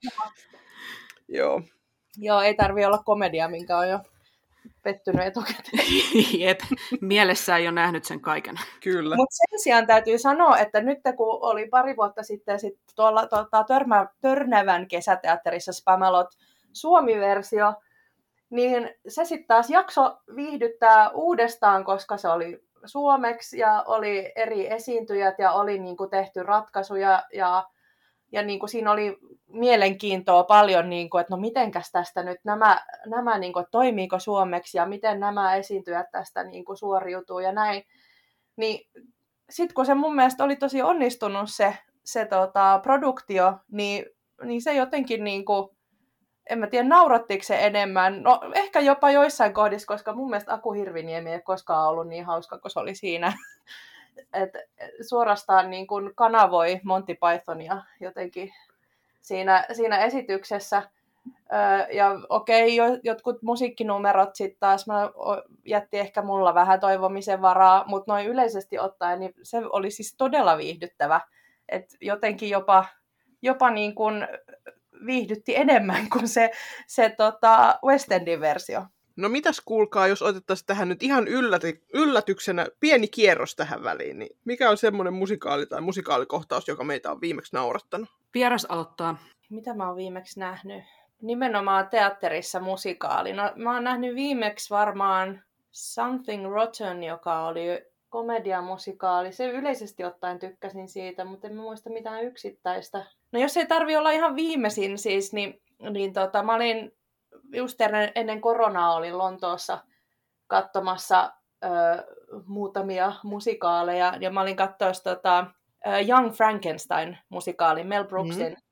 Joo. Joo, ei tarvi olla komedia, minkä on jo pettynyt etukäteen. Jep, mielessä ei ole nähnyt sen kaiken. Kyllä. Mutta sen sijaan täytyy sanoa, että nyt kun oli pari vuotta sitten sit tuolla tuota, törmä, Törnävän kesäteatterissa Spamalot Suomi-versio, niin se sitten taas jakso viihdyttää uudestaan, koska se oli suomeksi ja oli eri esiintyjät ja oli niinku tehty ratkaisuja ja, ja niinku siinä oli mielenkiintoa paljon, niinku, että no mitenkäs tästä nyt nämä, nämä niinku, toimiiko suomeksi ja miten nämä esiintyjät tästä niinku, suoriutuu ja näin. Niin sitten kun se mun mielestä oli tosi onnistunut se, se tota, produktio, niin, niin se jotenkin niinku, en mä tiedä, naurattiko se enemmän. No ehkä jopa joissain kohdissa, koska mun mielestä Aku Hirviniemi ei koskaan ollut niin hauska, kun se oli siinä. Et suorastaan niin kuin kanavoi Monty Pythonia jotenkin siinä, siinä esityksessä. Öö, ja okei, jo, jotkut musiikkinumerot sitten taas mä jätti ehkä mulla vähän toivomisen varaa, mutta noin yleisesti ottaen niin se oli siis todella viihdyttävä. Et jotenkin jopa, jopa niin kuin viihdytti enemmän kuin se, se tota West Endin versio. No mitäs kuulkaa, jos otettaisiin tähän nyt ihan ylläty- yllätyksenä pieni kierros tähän väliin, niin mikä on semmoinen musikaali tai musikaalikohtaus, joka meitä on viimeksi naurattanut? Vieras aloittaa. Mitä mä oon viimeksi nähnyt? Nimenomaan teatterissa musikaali. No, mä oon nähnyt viimeksi varmaan Something Rotten, joka oli komediamusikaali. Se yleisesti ottaen tykkäsin siitä, mutta en mä muista mitään yksittäistä. No jos ei tarvi olla ihan viimeisin siis, niin, niin tota, mä olin just ennen, ennen koronaa olin Lontoossa katsomassa ö, muutamia musikaaleja. Ja mä olin katsoessa tota, Young Frankenstein-musikaali Mel Brooksin. Mm.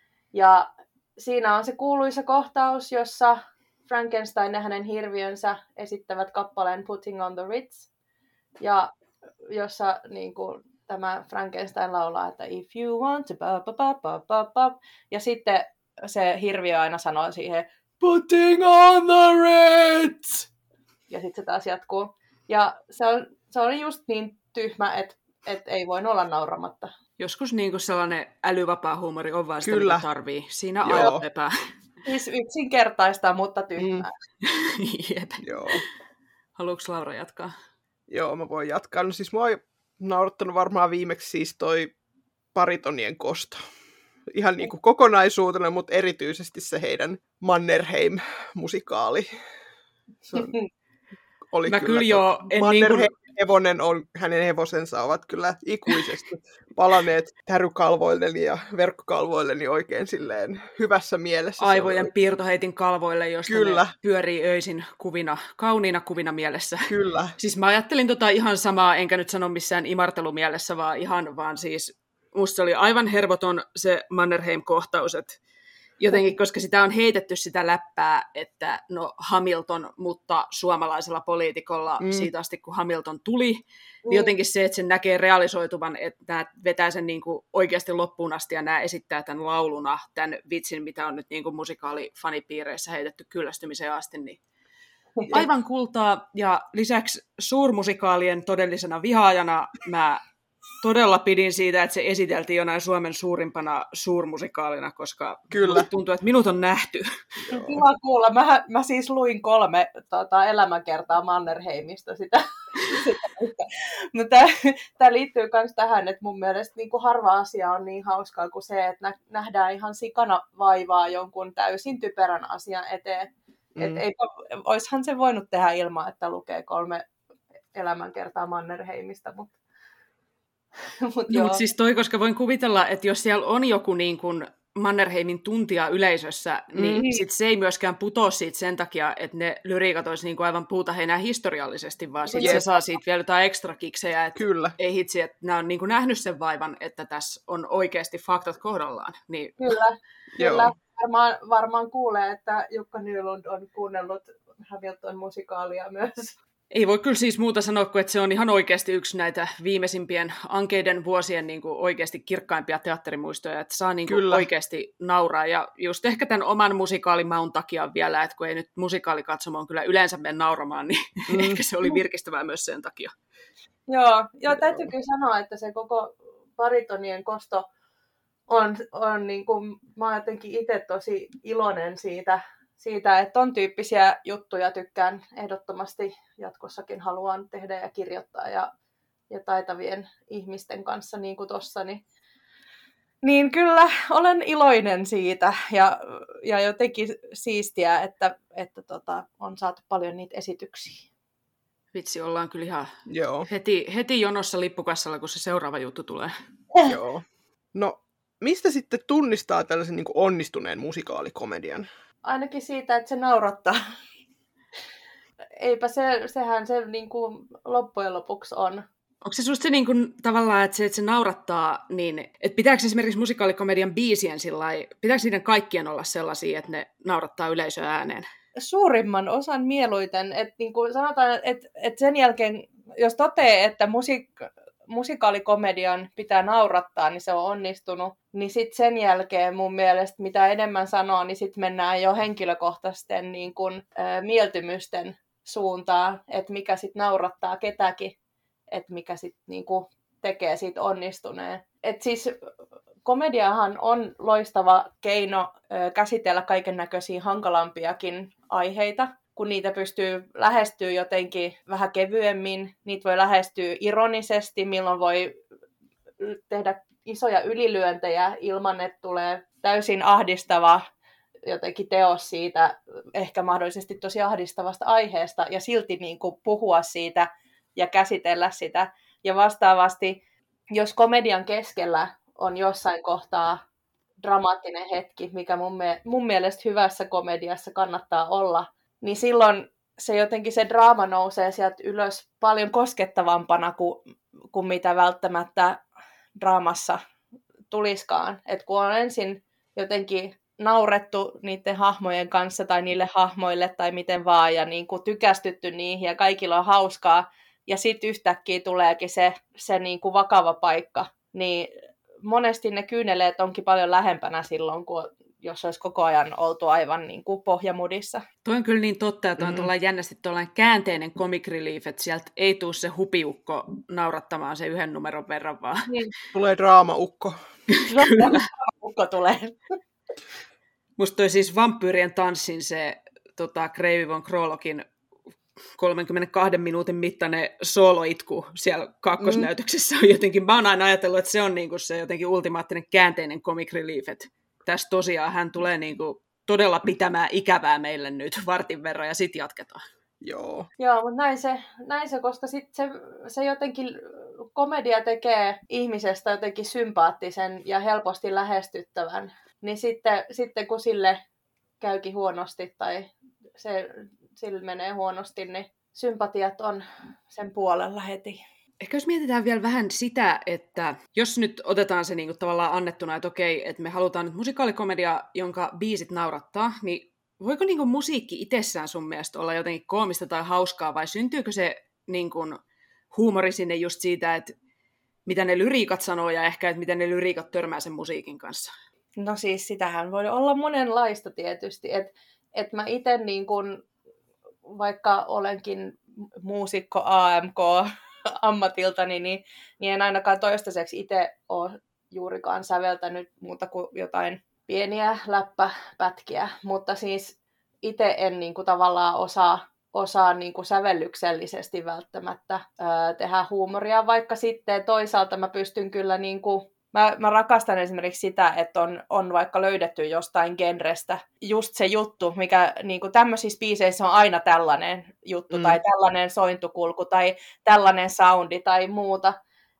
Ja siinä on se kuuluisa kohtaus, jossa Frankenstein ja hänen hirviönsä esittävät kappaleen Putting on the Ritz. Ja jossa niin kuin, tämä Frankenstein laulaa, että if you want to ba ba ba ba ba ba. Ja sitten se hirviö aina sanoo siihen Putting on the Ritz. Ja sitten se taas jatkuu. Ja se on, se on just niin tyhmä, että et ei voi olla nauramatta. Joskus niin kuin sellainen älyvapaa huumori on vaan sitä, Kyllä. mitä tarvii. Siinä Joo. ajan lepää. Siis yksinkertaista, mutta tyhmää. Mm. Jep. Joo. Haluatko Laura jatkaa? Joo, mä voin jatkaa. No siis mua on naurattanut varmaan viimeksi siis toi Baritonien kosto. Ihan niin kuin kokonaisuutena, mutta erityisesti se heidän Mannerheim-musikaali. Se on, oli Mä kyllä, kyllä jo en Mannerheim niin kuin... hevonen on, hänen hevosensa ovat kyllä ikuisesti palaneet tärykalvoilleni ja verkkokalvoilleni oikein silleen hyvässä mielessä. Aivojen piirtoheitin kalvoille, josta Kyllä. ne pyörii öisin kuvina, kauniina kuvina mielessä. Kyllä. Siis mä ajattelin tota ihan samaa, enkä nyt sano missään imartelumielessä, vaan ihan vaan siis, musta se oli aivan hervoton se Mannerheim-kohtaus, että jotenkin, koska sitä on heitetty sitä läppää, että no Hamilton, mutta suomalaisella poliitikolla mm. siitä asti, kun Hamilton tuli, mm. niin jotenkin se, että sen näkee realisoituvan, että nämä vetää sen niin kuin oikeasti loppuun asti ja nämä esittää tämän lauluna, tämän vitsin, mitä on nyt niin kuin musikaalifanipiireissä heitetty kyllästymiseen asti, niin aivan kultaa. Ja lisäksi suurmusikaalien todellisena vihaajana mä todella pidin siitä, että se esiteltiin jonain Suomen suurimpana suurmusikaalina, koska Kyllä. tuntuu, että minut on nähty. Kiva kuulla. Mä, mä siis luin kolme tota, elämänkertaa Mannerheimista sitä. sitä. Mutta tämä liittyy myös tähän, että mun mielestä niin kuin harva asia on niin hauskaa kuin se, että nähdään ihan sikana vaivaa jonkun täysin typerän asian eteen. Mm. Et ei, oishan se voinut tehdä ilman, että lukee kolme elämänkertaa Mannerheimista, mutta Mut No, mutta siis toi, koska voin kuvitella, että jos siellä on joku niin kuin Mannerheimin tuntija yleisössä, niin Mm. sit se ei myöskään putoa siitä sen takia, että ne lyriikat olisi niin kuin aivan puuta heinää historiallisesti, vaan sit Jep. se saa siitä vielä jotain ekstra kiksejä, että Kyllä. ei hitsi, että nämä on niin kuin nähnyt sen vaivan, että tässä on oikeasti faktat kohdallaan. Niin Kyllä, Joo. kyllä. Varmaan, varmaan kuulee, että Jukka Nylund on kuunnellut Hamilton musikaalia myös. ei voi kyllä siis muuta sanoa kuin, että se on ihan oikeasti yksi näitä viimeisimpien ankeiden vuosien niin kuin oikeasti kirkkaimpia teatterimuistoja, että saa niin kuin oikeasti nauraa. Ja just ehkä tämän oman musikaalimaun takia vielä, että kun ei nyt musikaalikatsomoon kyllä yleensä mene nauramaan, niin mm. ehkä se oli virkistävää myös sen takia. Joo, joo täytyy kyllä sanoa, että se koko baritonien kosto on, on niin kuin, mä oon jotenkin itse tosi iloinen siitä, siitä, että ton tyyppisiä juttuja tykkään ehdottomasti jatkossakin haluan tehdä ja kirjoittaa ja, ja taitavien ihmisten kanssa niin kuin tossa, niin, niin kyllä olen iloinen siitä ja, ja jotenkin siistiä, että, että tota, on saatu paljon niitä esityksiä. Vitsi, ollaan kyllä ihan Joo. heti, heti jonossa lippukassalla, kun se seuraava juttu tulee. Joo. No, mistä sitten tunnistaa tällaisen niin kuin onnistuneen musikaalikomedian? Ainakin siitä, että se naurattaa. Eipä se, sehän se niin kuin loppujen lopuksi on. Onko se susta se niin kuin, tavallaan, että se, että se naurattaa, niin että pitääkö esimerkiksi musikaalikomedian biisien sillai, pitääkö niiden kaikkien olla sellaisia, että ne naurattaa yleisöä ääneen? Suurimman osan mieluiten. Että niin kuin sanotaan, että, että sen jälkeen, jos toteaa, että musik- musikaalikomedian pitää naurattaa, niin se on onnistunut. Niin sitten sen jälkeen mun mielestä, mitä enemmän sanoo, niin sitten mennään jo henkilökohtaisten niin kuin, ä, mieltymysten suuntaan, että mikä sitten naurattaa ketäkin, että mikä sitten niin kuin tekee siitä onnistuneen. Et siis komediahan on loistava keino ä, käsitellä kaikennäköisiä hankalampiakin aiheita, kun niitä pystyy lähestyä jotenkin vähän kevyemmin. Niitä voi lähestyä ironisesti, milloin voi tehdä isoja ylilyöntejä ilman, että tulee täysin ahdistava jotenkin teos siitä, ehkä mahdollisesti tosi ahdistavasta aiheesta, ja silti niin kuin puhua siitä ja käsitellä sitä. Ja vastaavasti, jos komedian keskellä on jossain kohtaa dramaattinen hetki, mikä mun, me, mun mielestä hyvässä komediassa kannattaa olla, niin silloin se jotenkin se draama nousee sieltä ylös paljon koskettavampana kuin, kuin mitä välttämättä draamassa tuliskaan. Et kun on ensin jotenkin naurettu niiden hahmojen kanssa tai niille hahmoille tai miten vaan ja niin kuin tykästytty niihin ja kaikilla on hauskaa ja sitten yhtäkkiä tuleekin se, se niin kuin vakava paikka, niin monesti ne kyyneleet onkin paljon lähempänä silloin, kun jos olisi koko ajan oltu aivan niin kuin pohjamudissa. Toi on kyllä niin totta, että on mm. jännästi tuollainen käänteinen comic relief, että sieltä ei tule se hupiukko naurattamaan se yhden numeron verran vaan. Niin. Tulee draamaukko. Draamaukko tulee. Musta toi siis Vampyyrien tanssin se tota, Kreivi von Krologin kolmenkymmenenkahden minuutin mittainen soloitku siellä kakkosnäytöksessä on jotenkin, mä oon aina ajatellut, että se on niinku se jotenkin ultimaattinen käänteinen comic relief, että tässä tosiaan hän tulee niinku todella pitämään ikävää meille nyt vartin verran ja sit jatketaan. Joo. Joo, mutta näin se, näin se koska sit se, se jotenkin komedia tekee ihmisestä jotenkin sympaattisen ja helposti lähestyttävän, niin sitten, sitten kun sille käykin huonosti tai se, sille menee huonosti, niin sympatiat on sen puolella heti. Ehkä jos mietitään vielä vähän sitä, että jos nyt otetaan se niinku tavallaan annettuna, että okei, että me halutaan nyt musikaalikomedia, jonka biisit naurattaa, niin voiko niinku musiikki itsessään sun mielestä olla jotenkin koomista tai hauskaa, vai syntyykö se niinku huumori sinne just siitä, että mitä ne lyriikat sanoo ja ehkä, että miten ne lyriikat törmää sen musiikin kanssa? No siis sitähän voi olla monenlaista tietysti, että et mä itse niin kun, vaikka olenkin muusikko A M K ammatiltani, niin, niin en ainakaan toistaiseksi itse ole juurikaan säveltänyt muuta kuin jotain pieniä läppäpätkiä, mutta siis itse en niin kuin, tavallaan osaa, osaa niin kuin sävellyksellisesti välttämättä ää, tehdä huumoria, vaikka sitten toisaalta mä pystyn kyllä niin kuin, Mä, mä rakastan esimerkiksi sitä, että on, on vaikka löydetty jostain genrestä just se juttu, mikä niin kuin tämmöisissä biiseissä on aina tällainen juttu, mm. tai tällainen sointukulku, tai tällainen soundi, tai muuta.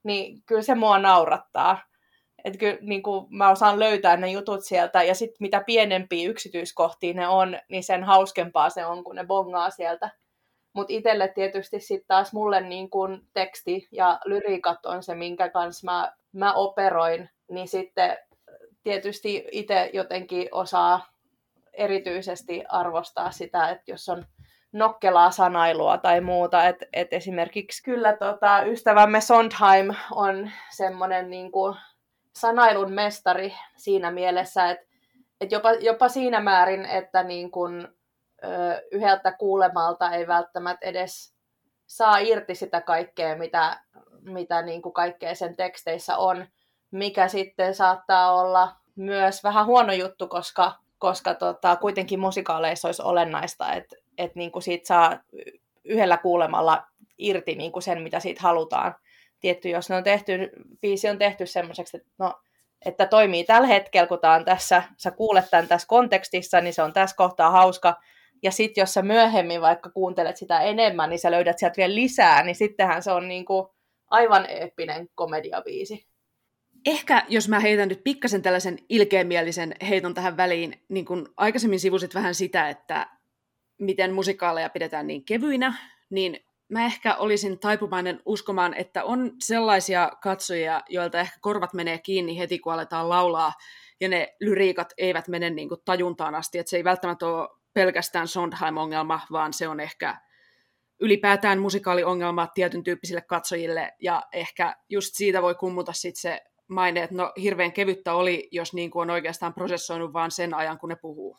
niin kyllä se mua naurattaa. Että kyllä niin kuin mä osaan löytää ne jutut sieltä, ja sitten mitä pienempiä yksityiskohtia ne on, niin sen hauskempaa se on, kun ne bongaa sieltä. Mutta itselle tietysti sitten taas mulle niin kun teksti ja lyriikat on se, minkä kanssa mä, mä operoin, niin sitten tietysti itse jotenkin osaa erityisesti arvostaa sitä, että jos on nokkelaa sanailua tai muuta, että et esimerkiksi kyllä tota, ystävämme Sondheim on semmoinen niin kuin sanailun mestari siinä mielessä, että et jopa, jopa siinä määrin, että niin kuin yhdeltä kuulemalta ei välttämättä edes saa irti sitä kaikkea, mitä, mitä niin kuin kaikkea sen teksteissä on, mikä sitten saattaa olla myös vähän huono juttu, koska, koska tota, kuitenkin musikaaleissa olisi olennaista, että, että niin kuin siitä saa yhdellä kuulemalla irti niin kuin sen, mitä siitä halutaan. Tietty, jos ne on tehty, biisi on tehty semmoiseksi, että, no, että toimii tällä hetkellä, kun tämä on tässä, sä kuulet tämän tässä kontekstissa, niin se on tässä kohtaa hauska. Ja sitten jos sä myöhemmin vaikka kuuntelet sitä enemmän, niin sä löydät sieltä vielä lisää, niin sittenhän se on niinku aivan eeppinen komediabiisi. Ehkä jos mä heitän nyt pikkasen tällaisen ilkeämielisen heiton tähän väliin, niin kun aikaisemmin sivusit vähän sitä, että miten musikaaleja pidetään niin kevyinä, niin mä ehkä olisin taipuvainen uskomaan, että on sellaisia katsojia, joilta ehkä korvat menee kiinni heti, kun aletaan laulaa, ja ne lyriikat eivät mene niin kuin tajuntaan asti, että se ei välttämättä ole pelkästään Sondheim-ongelma, vaan se on ehkä ylipäätään musikaaliongelma tietyn tyyppisille katsojille, ja ehkä just siitä voi kummuta sit se maine, että no hirveän kevyttä oli, jos niin kuin on oikeastaan prosessoinut vaan sen ajan, kun ne puhuu.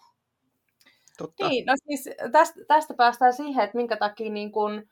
Totta. Niin, no siis tästä, tästä päästään siihen, että minkä takia niin kun,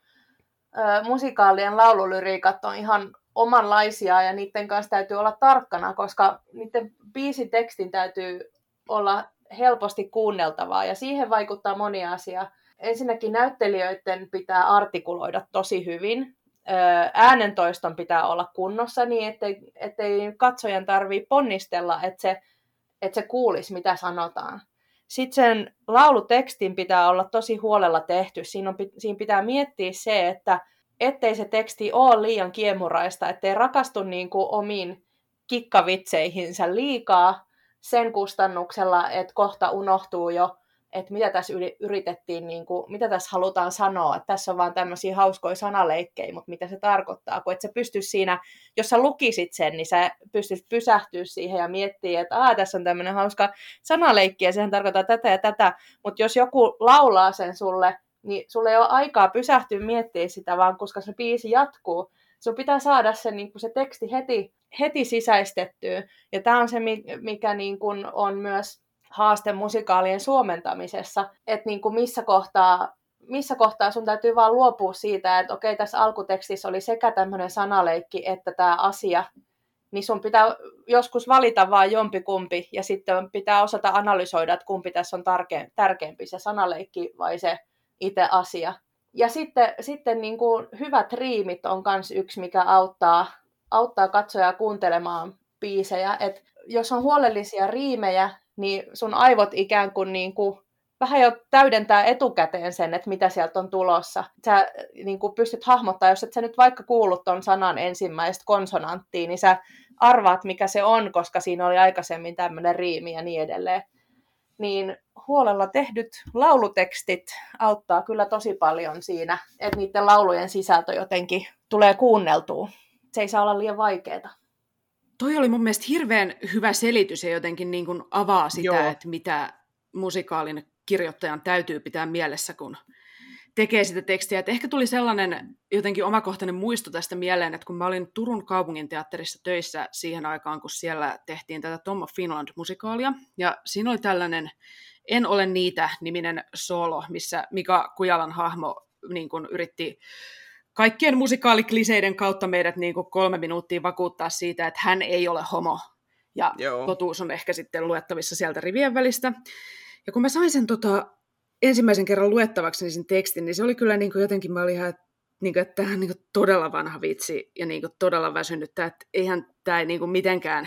ö, musikaalien laululyriikat on ihan omanlaisia, ja niiden kanssa täytyy olla tarkkana, koska niiden biisitekstin täytyy olla helposti kuunneltavaa, ja siihen vaikuttaa moni asia. Ensinnäkin näyttelijöiden pitää artikuloida tosi hyvin. Äänentoiston pitää olla kunnossa niin, ettei, ettei katsojan tarvitse ponnistella, että se, että se kuulisi, mitä sanotaan. Sitten sen laulutekstin pitää olla tosi huolella tehty. Siinä, on, siinä pitää miettiä se, että ettei se teksti ole liian kiemuraista, ettei rakastu niin kuin omiin kikkavitseihinsä liikaa sen kustannuksella, että kohta unohtuu jo, että mitä tässä yritettiin, niin kuin, mitä tässä halutaan sanoa, että tässä on vaan tämmöisiä hauskoja sanaleikkejä, mutta mitä se tarkoittaa, kun et sä pysty siinä, jos sä lukisit sen, niin sä pystyt pysähtyä siihen ja miettiä, että Aa, tässä on tämmöinen hauska sanaleikki ja sehän tarkoittaa tätä ja tätä, mutta jos joku laulaa sen sulle, niin sulle ei ole aikaa pysähtyä miettimään sitä, vaan koska se biisi jatkuu, sun pitää saada se, niin kuin se teksti heti, heti sisäistettyä, ja tämä on se, mikä niin kuin on myös haaste musikaalien suomentamisessa, että niin kuin missä kohtaa, missä kohtaa sun täytyy vaan luopua siitä, että okei, tässä alkutekstissä oli sekä tämmöinen sanaleikki että tämä asia, niin sun pitää joskus valita vaan jompikumpi, ja sitten pitää osata analysoida, että kumpi tässä on tarke- tärkeämpi, se sanaleikki vai se itse asia. Ja sitten, sitten niin kuin hyvät riimit on myös yksi, mikä auttaa, auttaa katsojaa kuuntelemaan biisejä. Et jos on huolellisia riimejä, niin sun aivot ikään kuin, niin kuin vähän jo täydentää etukäteen sen, että mitä sieltä on tulossa. Sä niin kuin pystyt hahmottaa, jos et sä nyt vaikka kuullut ton sanan ensimmäistä konsonanttia, niin sä arvaat, mikä se on, koska siinä oli aikaisemmin tämmöinen riimi ja niin edelleen. Niin huolella tehdyt laulutekstit auttaa kyllä tosi paljon siinä, että niiden laulujen sisältö jotenkin tulee kuunneltua. Se ei saa olla liian vaikeaa. Toi oli mun mielestä hirveän hyvä selitys ja jotenkin niin kuin avaa sitä, Joo. että mitä musikaalin kirjoittajan täytyy pitää mielessä, kun tekee sitä tekstiä. Et ehkä tuli sellainen jotenkin omakohtainen muisto tästä mieleen, että kun mä olin Turun kaupunginteatterissa töissä siihen aikaan, kun siellä tehtiin tätä Tom of Finland-musikaalia, ja siinä oli tällainen En ole niitä-niminen solo, missä Mika Kujalan hahmo niin kun yritti kaikkien musikaalikliseiden kautta meidät niin kuin kolme minuuttia vakuuttaa siitä, että hän ei ole homo. Ja Joo. totuus on ehkä sitten luettavissa sieltä rivien välistä. Ja kun mä sain sen tota, ensimmäisen kerran luettavaksi niin sen tekstin, niin se oli kyllä niin kuin jotenkin, mä olin ihan, niin kuin, että tämä on niin kuin todella vanha vitsi ja niin kuin todella väsynyttä, että eihän tämä ei niin kuin mitenkään,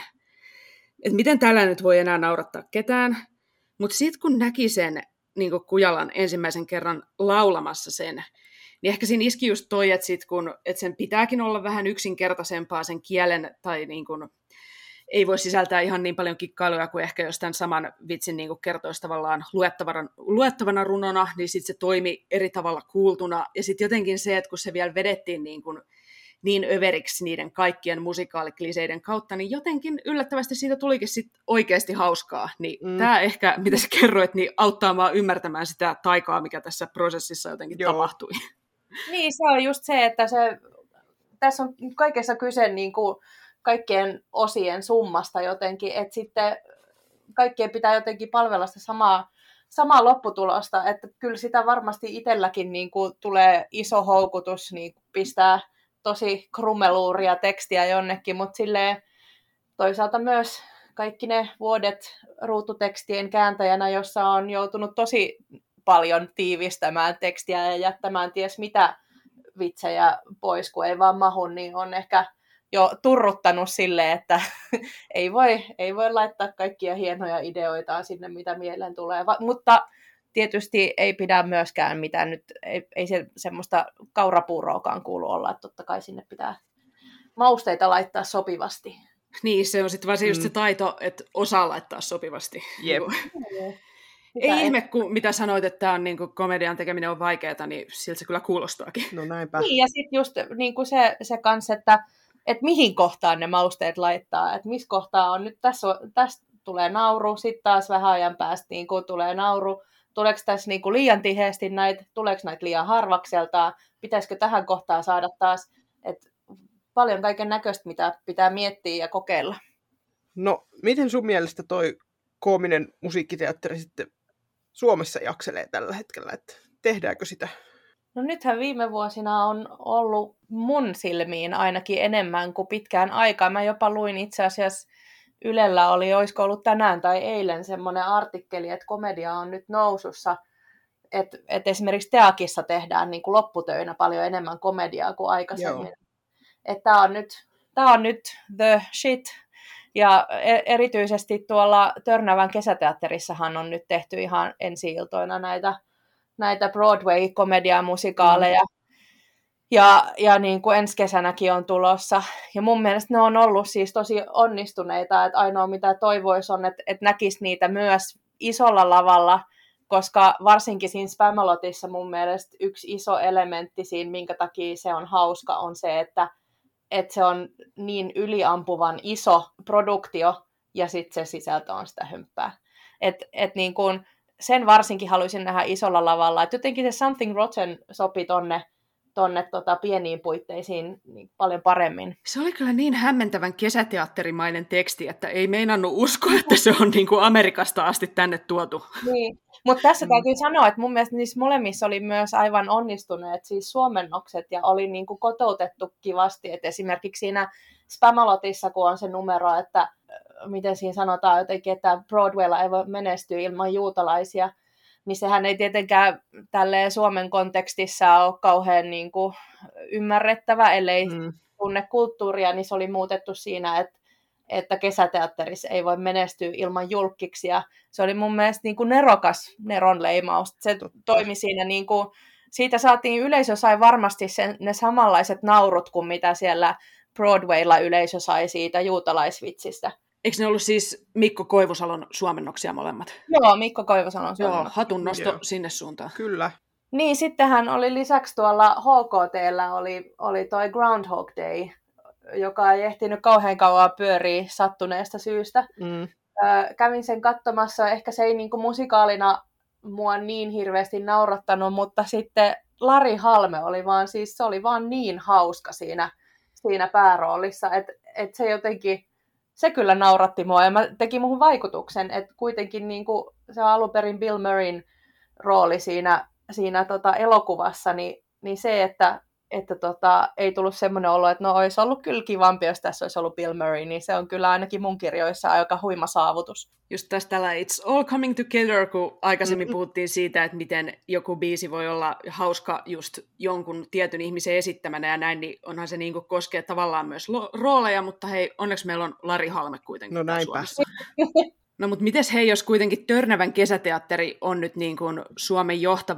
että miten tällä nyt voi enää naurattaa ketään. Mutta sitten kun näki sen niin kuin Kujalan ensimmäisen kerran laulamassa sen, Niin ehkä siinä iski just toi, että, sit kun, että sen pitääkin olla vähän yksinkertaisempaa sen kielen, tai niin kuin, ei voi sisältää ihan niin paljon kikkailuja kuin ehkä jos tämän saman vitsin niin kuin kertoisi tavallaan luettavana, luettavana runona, niin sitten se toimi eri tavalla kuultuna. Ja sitten jotenkin se, että kun se vielä vedettiin niin, kuin, niin överiksi niiden kaikkien musikaalikliseiden kautta, niin jotenkin yllättävästi siitä tulikin sit oikeasti hauskaa. Niin mm. tämä ehkä, mitä sä kerroit, niin auttaa mua ymmärtämään sitä taikaa, mikä tässä prosessissa jotenkin Joo. tapahtui. Niin, se on just se, että se, tässä on kaikessa kyse niin kuin kaikkien osien summasta jotenkin, että sitten kaikkien pitää jotenkin palvella sitä samaa, samaa lopputulosta, että kyllä sitä varmasti itselläkin niin kuin tulee iso houkutus niin kuin pistää tosi krumeluuria tekstiä jonnekin, mutta silleen toisaalta myös kaikki ne vuodet ruututekstien kääntäjänä, jossa on joutunut tosi paljon tiivistämään tekstiä ja jättämään ties mitä vitsejä pois, kun ei vaan mahu, niin on ehkä jo turruttanut silleen, että ei voi, ei voi laittaa kaikkia hienoja ideoita sinne, mitä mieleen tulee. Va- mutta tietysti ei pidä myöskään mitään nyt, ei, ei se semmoista kaurapuuroakaan kuulu olla, että totta kai sinne pitää mausteita laittaa sopivasti. Niin, se on sitten vaan se, just se taito, että osaa laittaa sopivasti. Jep. Ei et... ihme, kun mitä sanoit, että on, niin kuin, komedian tekeminen on vaikeaa, niin siltä se kyllä kuulostaakin. No näinpä. Niin, ja sitten just niin kuin se, se kanssa, että et mihin kohtaan ne mausteet laittaa, että missä kohtaa on nyt, tässä, on, tässä tulee nauru, sitten taas vähän ajan päästä niin kuin tulee nauru, tuleeko tässä niin kuin liian tiheästi näitä, tuleeko näitä liian harvakseltaan, pitäisikö tähän kohtaan saada taas, että paljon kaiken näköistä, mitä pitää miettiä ja kokeilla. No, miten sun mielestä toi koominen musiikkiteatteri sitten Suomessa jakselee tällä hetkellä, että tehdäänkö sitä? No nythän viime vuosina on ollut mun silmiin ainakin enemmän kuin pitkään aikaa. Mä jopa luin itse asiassa Ylellä oli, olisiko ollut tänään tai eilen semmoinen artikkeli, että komedia on nyt nousussa. Että et esimerkiksi Teakissa tehdään niin kuin lopputöinä paljon enemmän komediaa kuin aikaisemmin. Että tää on nyt, tää on nyt the shit. Ja erityisesti tuolla Törnävän kesäteatterissahan on nyt tehty ihan ensi-iltoina näitä, näitä Broadway-komediamusikaaleja. Mm. Ja, ja niin kuin ensi kesänäkin on tulossa. Ja mun mielestä ne on ollut siis tosi onnistuneita, että ainoa mitä toivoisi on, että, että näkisi niitä myös isolla lavalla, koska varsinkin siinä Spamalotissa mun mielestä yksi iso elementti siinä, minkä takia se on hauska, on se, että että se on niin yliampuvan iso produktio, ja sitten se sisältö on sitä hömppää. Et, et niin kun sen varsinkin haluaisin nähdä isolla lavalla. Et jotenkin se Something Rotten sopi tonne, tonne tota pieniin puitteisiin niin paljon paremmin. Se oli kyllä niin hämmentävän kesäteatterimainen teksti, että ei meinannut uskoa, että se on niin kuin Amerikasta asti tänne tuotu. Niin. Mutta tässä täytyy sanoa, että mun mielestä niissä molemmissa oli myös aivan onnistuneet siis suomennokset ja oli niin kuin kotoutettu kivasti. Et esimerkiksi siinä Spamalotissa, kun on se numero, että miten siinä sanotaan jotenkin, että Broadwaylla ei voi menestyä ilman juutalaisia, niin sehän ei tietenkään tälleen Suomen kontekstissa ole kauhean niin kuin ymmärrettävä, ellei mm. tunne kulttuuria, niin se oli muutettu siinä, että, että kesäteatterissa ei voi menestyä ilman julkkiksi. Ja se oli mun mielestä niin kuin nerokas neronleimaus. Se toimi siinä, niin kuin, siitä saatiin, yleisö sai varmasti sen, ne samanlaiset naurut kuin mitä siellä Broadwaylla yleisö sai siitä juutalaisvitsistä. Eikö ne ollut siis Mikko Koivusalon suomennoksia molemmat? Joo, Mikko Koivusalon suomennoksia. Joo, hatun nosto Joo. sinne suuntaan. Kyllä. Niin, sittenhän oli lisäksi tuolla H K T:llä oli, oli toi Groundhog Day, joka ei ehtinyt kauhean kauan pyöriä sattuneesta syystä. Mm. Ö, kävin sen katsomassa, ehkä se ei niinku musikaalina mua niin hirveästi naurattanut, mutta sitten Lari Halme oli vaan, siis se oli vaan niin hauska siinä, siinä pääroolissa, että et se jotenkin, se kyllä nauratti mua ja mä teki muhun vaikutuksen, että kuitenkin niinku se on alun perin Bill Murrayn rooli siinä, siinä tota elokuvassa, niin, niin se, että, että tota, ei tullut semmoinen olo, että no olisi ollut kyllä kivampi, jos tässä olisi ollut Bill Murray, niin se on kyllä ainakin mun kirjoissa aika huima saavutus. Just tästä tällä It's All Coming Together, kun aikaisemmin mm-hmm. puhuttiin siitä, että miten joku biisi voi olla hauska just jonkun tietyn ihmisen esittämänä ja näin, niin onhan se niin kuin koskee tavallaan myös lo- rooleja, mutta hei, onneksi meillä on Lari Halme kuitenkin. No näinpä. No mutta mites hei, jos kuitenkin Törnävän kesäteatteri on nyt niin kuin Suomen johtava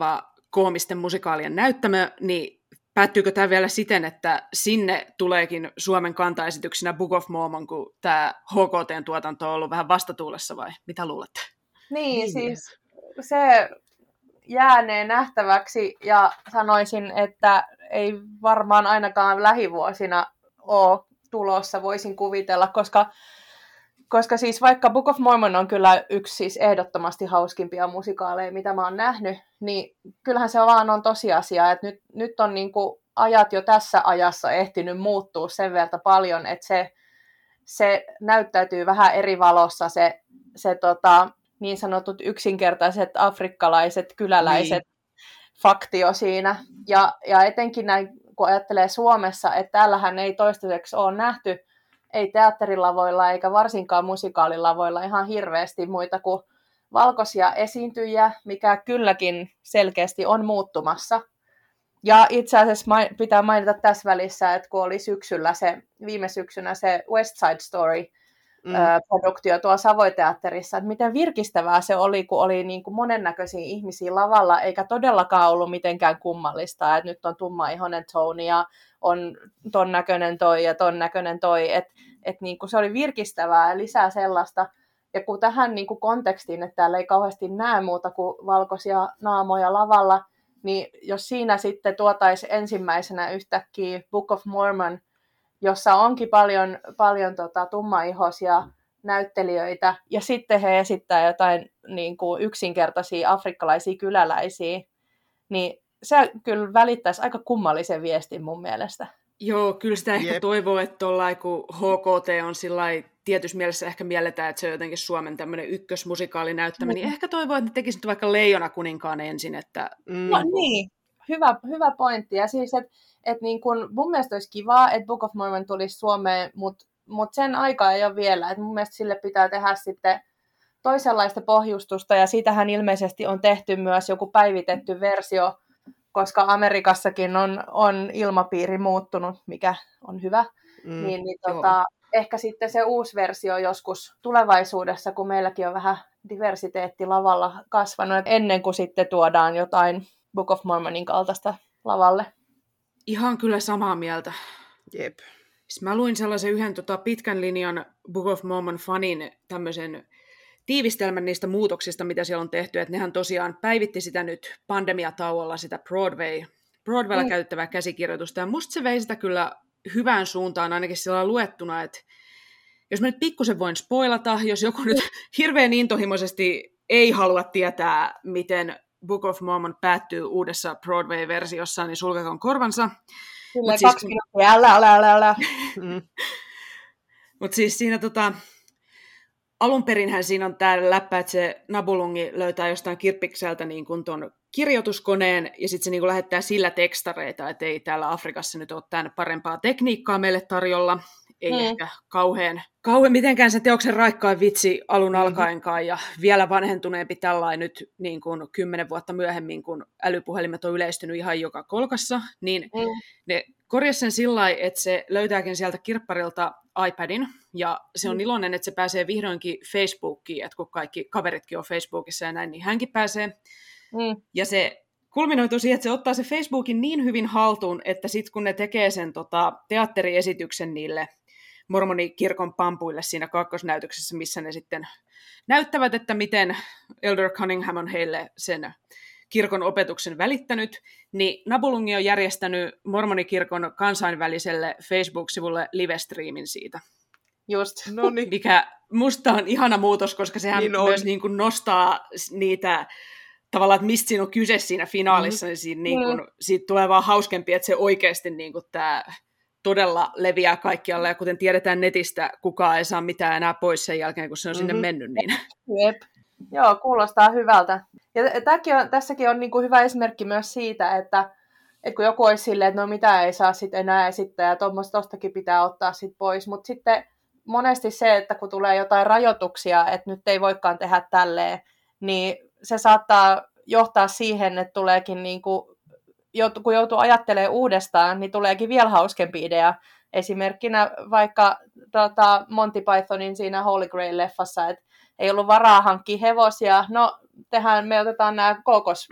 koomisten musikaalien näyttämö, niin päättyykö tämä vielä siten, että sinne tuleekin Suomen kantaesityksenä Book of Mormon, kun tämä H K T-tuotanto on ollut vähän vastatuulessa, vai mitä luulette? Niin, Niin. siis se jäänee nähtäväksi ja sanoisin, että ei varmaan ainakaan lähivuosina ole tulossa, voisin kuvitella, koska, koska siis vaikka Book of Mormon on kyllä yksi siis ehdottomasti hauskimpia musikaaleja, mitä mä oon nähnyt, niin kyllähän se vaan on tosiasia, että nyt, nyt on niin kuin ajat jo tässä ajassa ehtinyt muuttua sen verran paljon, että se, se näyttäytyy vähän eri valossa se, se tota, niin sanotut yksinkertaiset afrikkalaiset, kyläläiset niin. faktio siinä. Ja, ja etenkin näin, kun ajattelee Suomessa, että täällähän ei toistaiseksi ole nähty, ei teatterilavoilla eikä varsinkaan musikaalilavoilla ihan hirveästi muita kuin valkoisia esiintyjiä, mikä kylläkin selkeästi on muuttumassa. Ja itse asiassa pitää mainita tässä välissä, että kun oli syksyllä se, viime syksynä se West Side Story, Mm. produktio tuolla Savoy-teatterissa, että miten virkistävää se oli, kun oli niin kuin monennäköisiä ihmisiä lavalla, eikä todellakaan ollut mitenkään kummallista, että nyt on tummaihoinen Tony ja on ton näköinen toi ja ton näköinen toi, että et niin kuin se oli virkistävää ja lisää sellaista. Ja kun tähän niin kuin kontekstiin, että täällä ei kauheasti näe muuta kuin valkoisia naamoja lavalla, niin jos siinä sitten tuotaisiin ensimmäisenä yhtäkkiä Book of Mormon, jossa onkin paljon, paljon tota, tummaihoisia näyttelijöitä, ja sitten he esittää jotain niin kuin yksinkertaisia afrikkalaisia kyläläisiä, niin se kyllä välittäisi aika kummallisen viestin mun mielestä. Joo, kyllä sitä ehkä Jep. toivoo, että tollai, kun H K T on sillai, tietyssä mielessä ehkä mielletään, että se on jotenkin Suomen tämmöinen ykkösmusikaalinäyttämä, mm. niin ehkä toivoo, että ne tekisivät vaikka Leijona kuninkaan ensin. Että... Mm. No niin, hyvä, hyvä pointti. Ja siis, että et niin kun, mun mielestä olisi kivaa, että Book of Mormon tulisi Suomeen, mutta mut sen aikaa ei ole vielä. Et mun mielestä sille pitää tehdä sitten toisenlaista pohjustusta, ja siitähän ilmeisesti on tehty myös joku päivitetty versio, koska Amerikassakin on, on ilmapiiri muuttunut, mikä on hyvä. Mm, niin, niin tota, ehkä sitten se uusi versio joskus tulevaisuudessa, kun meilläkin on vähän diversiteetti lavalla kasvanut, ennen kuin sitten tuodaan jotain Book of Mormonin kaltaista lavalle. Ihan kyllä samaa mieltä. Jep. Siis mä luin sellaisen yhden tota, pitkän linjan Book of Mormon fanin tämmöisen tiivistelmän niistä muutoksista, mitä siellä on tehty, että nehän tosiaan päivitti sitä nyt pandemiatauolla, sitä Broadway, Broadwaylla mm. käyttävää käsikirjoitusta, ja musta se vei sitä kyllä hyvään suuntaan, ainakin sillä luettuna, että jos mä nyt pikkusen voin spoilata, jos joku nyt hirveän intohimoisesti ei halua tietää, miten Book of Mormon päättyy uudessa Broadway-versiossa, niin sulkekoon korvansa. Kyllä, Mut kaksi siis, minuuttia, älä, älä, älä, älä. Mutta siis siinä tota, alun perinhän siinä on tämä läppä, että se Nabulungi löytää jostain kirppikseltä niin kuin ton kirjoituskoneen, ja sitten se niin kuin lähettää sillä tekstareita, että ei täällä Afrikassa nyt ole tämän parempaa tekniikkaa meille tarjolla. Ei mm. ehkä kauhean, kauhean mitenkään sen teoksen raikkaan vitsi alun mm-hmm. alkaenkaan, ja vielä vanhentuneempi tällainen nyt niin kuin kymmenen vuotta myöhemmin, kun älypuhelimet on yleistynyt ihan joka kolkassa, niin mm. ne korjasi sen sillä lailla, että se löytääkin sieltä kirpparilta iPadin, ja se on mm. iloinen, että se pääsee vihdoinkin Facebookiin, että kun kaikki kaveritkin on Facebookissa ja näin, niin hänkin pääsee. Mm. Ja se kulminoituu siihen, että se ottaa se Facebookin niin hyvin haltuun, että sitten kun ne tekee sen tota, teatteriesityksen niille mormonikirkon pampuille siinä kakkosnäytöksessä, missä ne sitten näyttävät, että miten Elder Cunningham on heille sen kirkon opetuksen välittänyt, niin Nabulungi on järjestänyt mormonikirkon kansainväliselle Facebook-sivulle livestreamin siitä. Just. Noniin. Mikä musta on ihana muutos, koska sehän niin myös niin kuin nostaa niitä tavallaan, että mistä siinä on kyse siinä finaalissa, mm. niin, siinä, niin kuin, mm. siitä tulee vaan hauskempi, että se oikeasti niin kuin, tämä todella leviää kaikkialle, ja kuten tiedetään netistä, kukaan ei saa mitään enää pois sen jälkeen, kun se on mm-hmm. sinne mennyt. Niin. Jep. Joo, kuulostaa hyvältä. Ja tämäkin on, tässäkin on niin kuin hyvä esimerkki myös siitä, että, että kun joku olisi silleen, että no mitä ei saa sit enää esittää, ja tuostakin pitää ottaa sit pois, mutta sitten monesti se, että kun tulee jotain rajoituksia, että nyt ei voikaan tehdä tälleen, niin se saattaa johtaa siihen, että tuleekin niin kuin, kun joutuu ajattelemaan uudestaan, niin tuleekin vielä hauskempi idea. Esimerkkinä vaikka tota, Monty Pythonin siinä Holy Grail-leffassa, että ei ollut varaa hankkia hevosia. No, tehdään, me otetaan nämä kookos,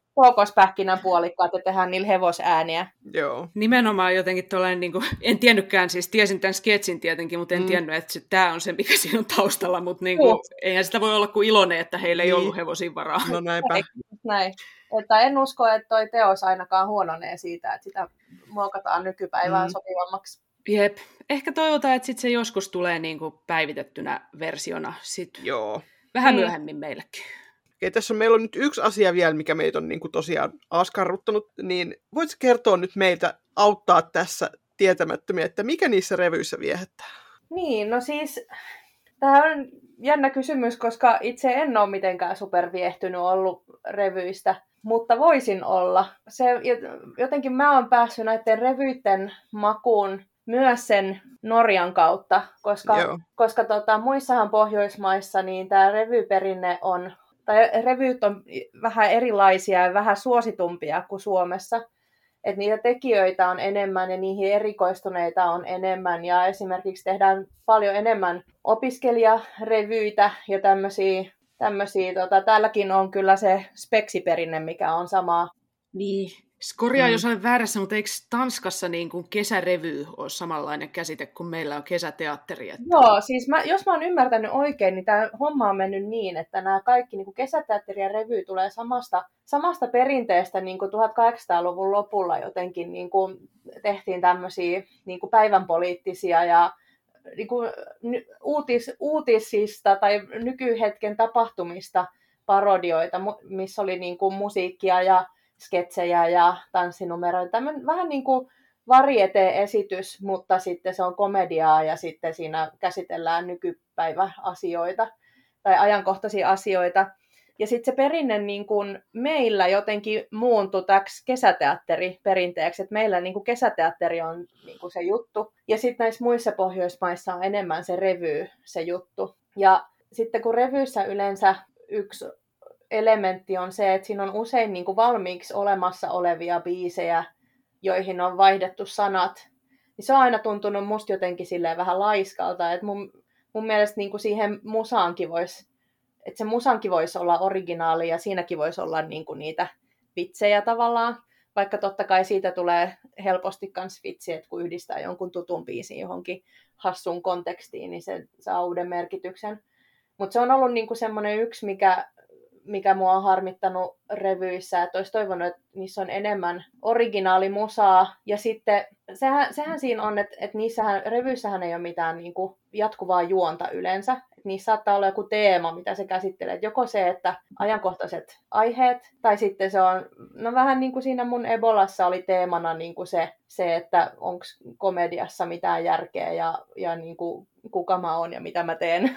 kookospähkinän puolikkaat ja tehdään niillä hevosääniä. Joo. Nimenomaan jotenkin tuollainen, niin kuin, en tiennytkään, siis tiesin tämän sketsin tietenkin, mutta en mm. tiennyt, että tämä on se, mikä siinä on taustalla, mutta niin kuin, eihän sitä voi olla kuin iloinen, että heillä ei niin. ollut hevosin varaa. No näinpä. Näin. Että en usko, että toi teos ainakaan huononee siitä, että sitä muokataan nykypäivään mm. sopivammaksi. Jep. Ehkä toivotaan, että sit se joskus tulee niin kuin päivitettynä versiona sit Joo. vähän Mm. myöhemmin meillekin. Okei, tässä on, meillä on nyt yksi asia vielä, mikä meitä on niin kuin tosiaan askarruttanut, niin voitko kertoa nyt meiltä, auttaa tässä tietämättömiä, että mikä niissä revyissä viehättää? Niin, no siis tämä on jännä kysymys, koska itse en ole mitenkään superviehtynyt ollut revyistä, mutta voisin olla. Se, jotenkin mä oon päässyt näiden revyiden makuun myös sen Norjan kautta, koska, koska tota, muissahan Pohjoismaissa niin tämä revyperinne on, tai revyyt on vähän erilaisia ja vähän suositumpia kuin Suomessa. Että niitä tekijöitä on enemmän ja niihin erikoistuneita on enemmän. Ja esimerkiksi tehdään paljon enemmän opiskelijarevyitä ja tämmöisiä. tämmöisiä tota, täälläkin on kyllä se speksiperinne, mikä on sama. Niin. Korjaa, Mm. jos olen väärässä, mutta eikö Tanskassa niin kuin kesärevy ole samanlainen käsite kuin meillä on kesäteatteri? Että... Joo, siis mä, jos mä oon ymmärtänyt oikein, niin tämä homma on mennyt niin, että nämä kaikki niin kuin kesäteatteri ja revy tulee samasta, samasta perinteestä niin kuin tuhatkahdeksansataaluvun lopulla jotenkin niin kuin tehtiin tämmöisiä niin kuin päivänpoliittisia ja niin kuin uutis, uutisista tai nykyhetken tapahtumista parodioita, missä oli niin kuin musiikkia ja sketsejä ja tanssinumeroita. Tämmöinen vähän niin kuin variete-esitys, mutta sitten se on komediaa ja sitten siinä käsitellään nykypäiväasioita tai ajankohtaisia asioita. Ja sitten se perinne niin kuin meillä jotenkin muuntui täksi kesäteatteriperinteeksi, että meillä niin kuin kesäteatteri on niin kuin se juttu. Ja sitten näissä muissa Pohjoismaissa on enemmän se revy se juttu. Ja sitten kun revyissä yleensä yksi elementti on se, että siinä on usein niin kuin valmiiksi olemassa olevia biisejä, joihin on vaihdettu sanat, niin se on aina tuntunut musta jotenkin silleen vähän laiskalta, että mun, mun mielestä niin kuin siihen musaankin voisi, että se musaankin voisi olla originaali ja siinäkin voisi olla niin kuin niitä vitsejä tavallaan, vaikka totta kai siitä tulee helposti myös vitsi, että kun yhdistää jonkun tutun biisin johonkin hassun kontekstiin, niin se saa uuden merkityksen. Mutta se on ollut niin kuin semmoinen yksi, mikä mikä mua on harmittanut revyissä, että olisi toivonut, että niissä on enemmän originaalimusaa. Ja sitten sehän, sehän siinä on, että, että niissähän, revyissähän ei ole mitään niin kuin jatkuvaa juonta yleensä. Että niissä saattaa olla joku teema, mitä se käsittelee. Että joko se, että ajankohtaiset aiheet, tai sitten se on, no vähän niin kuin siinä mun Ebolassa oli teemana niin kuin se, se, että onko komediassa mitään järkeä ja, ja niin kuin kuka mä oon ja mitä mä teen.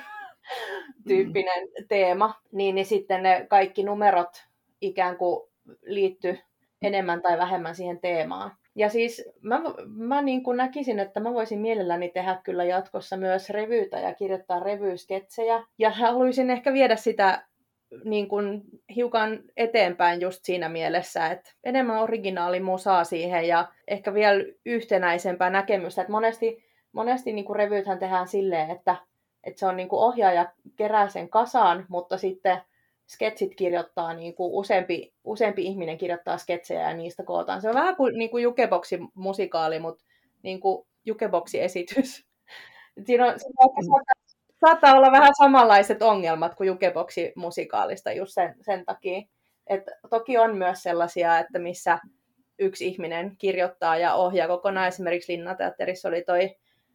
Tyyppinen mm. teema, niin, niin sitten ne kaikki numerot ikään kuin liittyy enemmän tai vähemmän siihen teemaan. Ja siis mä, mä niin kuin näkisin, että mä voisin mielelläni tehdä kyllä jatkossa myös revyytä ja kirjoittaa revyysketsejä. Ja haluaisin ehkä viedä sitä niin kuin hiukan eteenpäin just siinä mielessä, että enemmän originaalimusaa siihen ja ehkä vielä yhtenäisempää näkemystä. Että monesti, monesti niin kuin revyythän tehdään silleen, että Että se on niin kuin ohjaaja kerää sen kasaan, mutta sitten sketsit kirjoittaa, niin kuin useampi, useampi ihminen kirjoittaa sketsejä ja niistä kootaan. Se on vähän kuin, niin kuin Jukeboxi-musikaali, mutta niin kuin Jukeboxi-esitys. Siinä, on, siinä saattaa, saattaa olla vähän samanlaiset ongelmat kuin Jukeboxi-musikaalista just sen, sen takia. Et toki on myös sellaisia, että missä yksi ihminen kirjoittaa ja ohjaa kokonaan. Esimerkiksi Linnateatterissa oli toi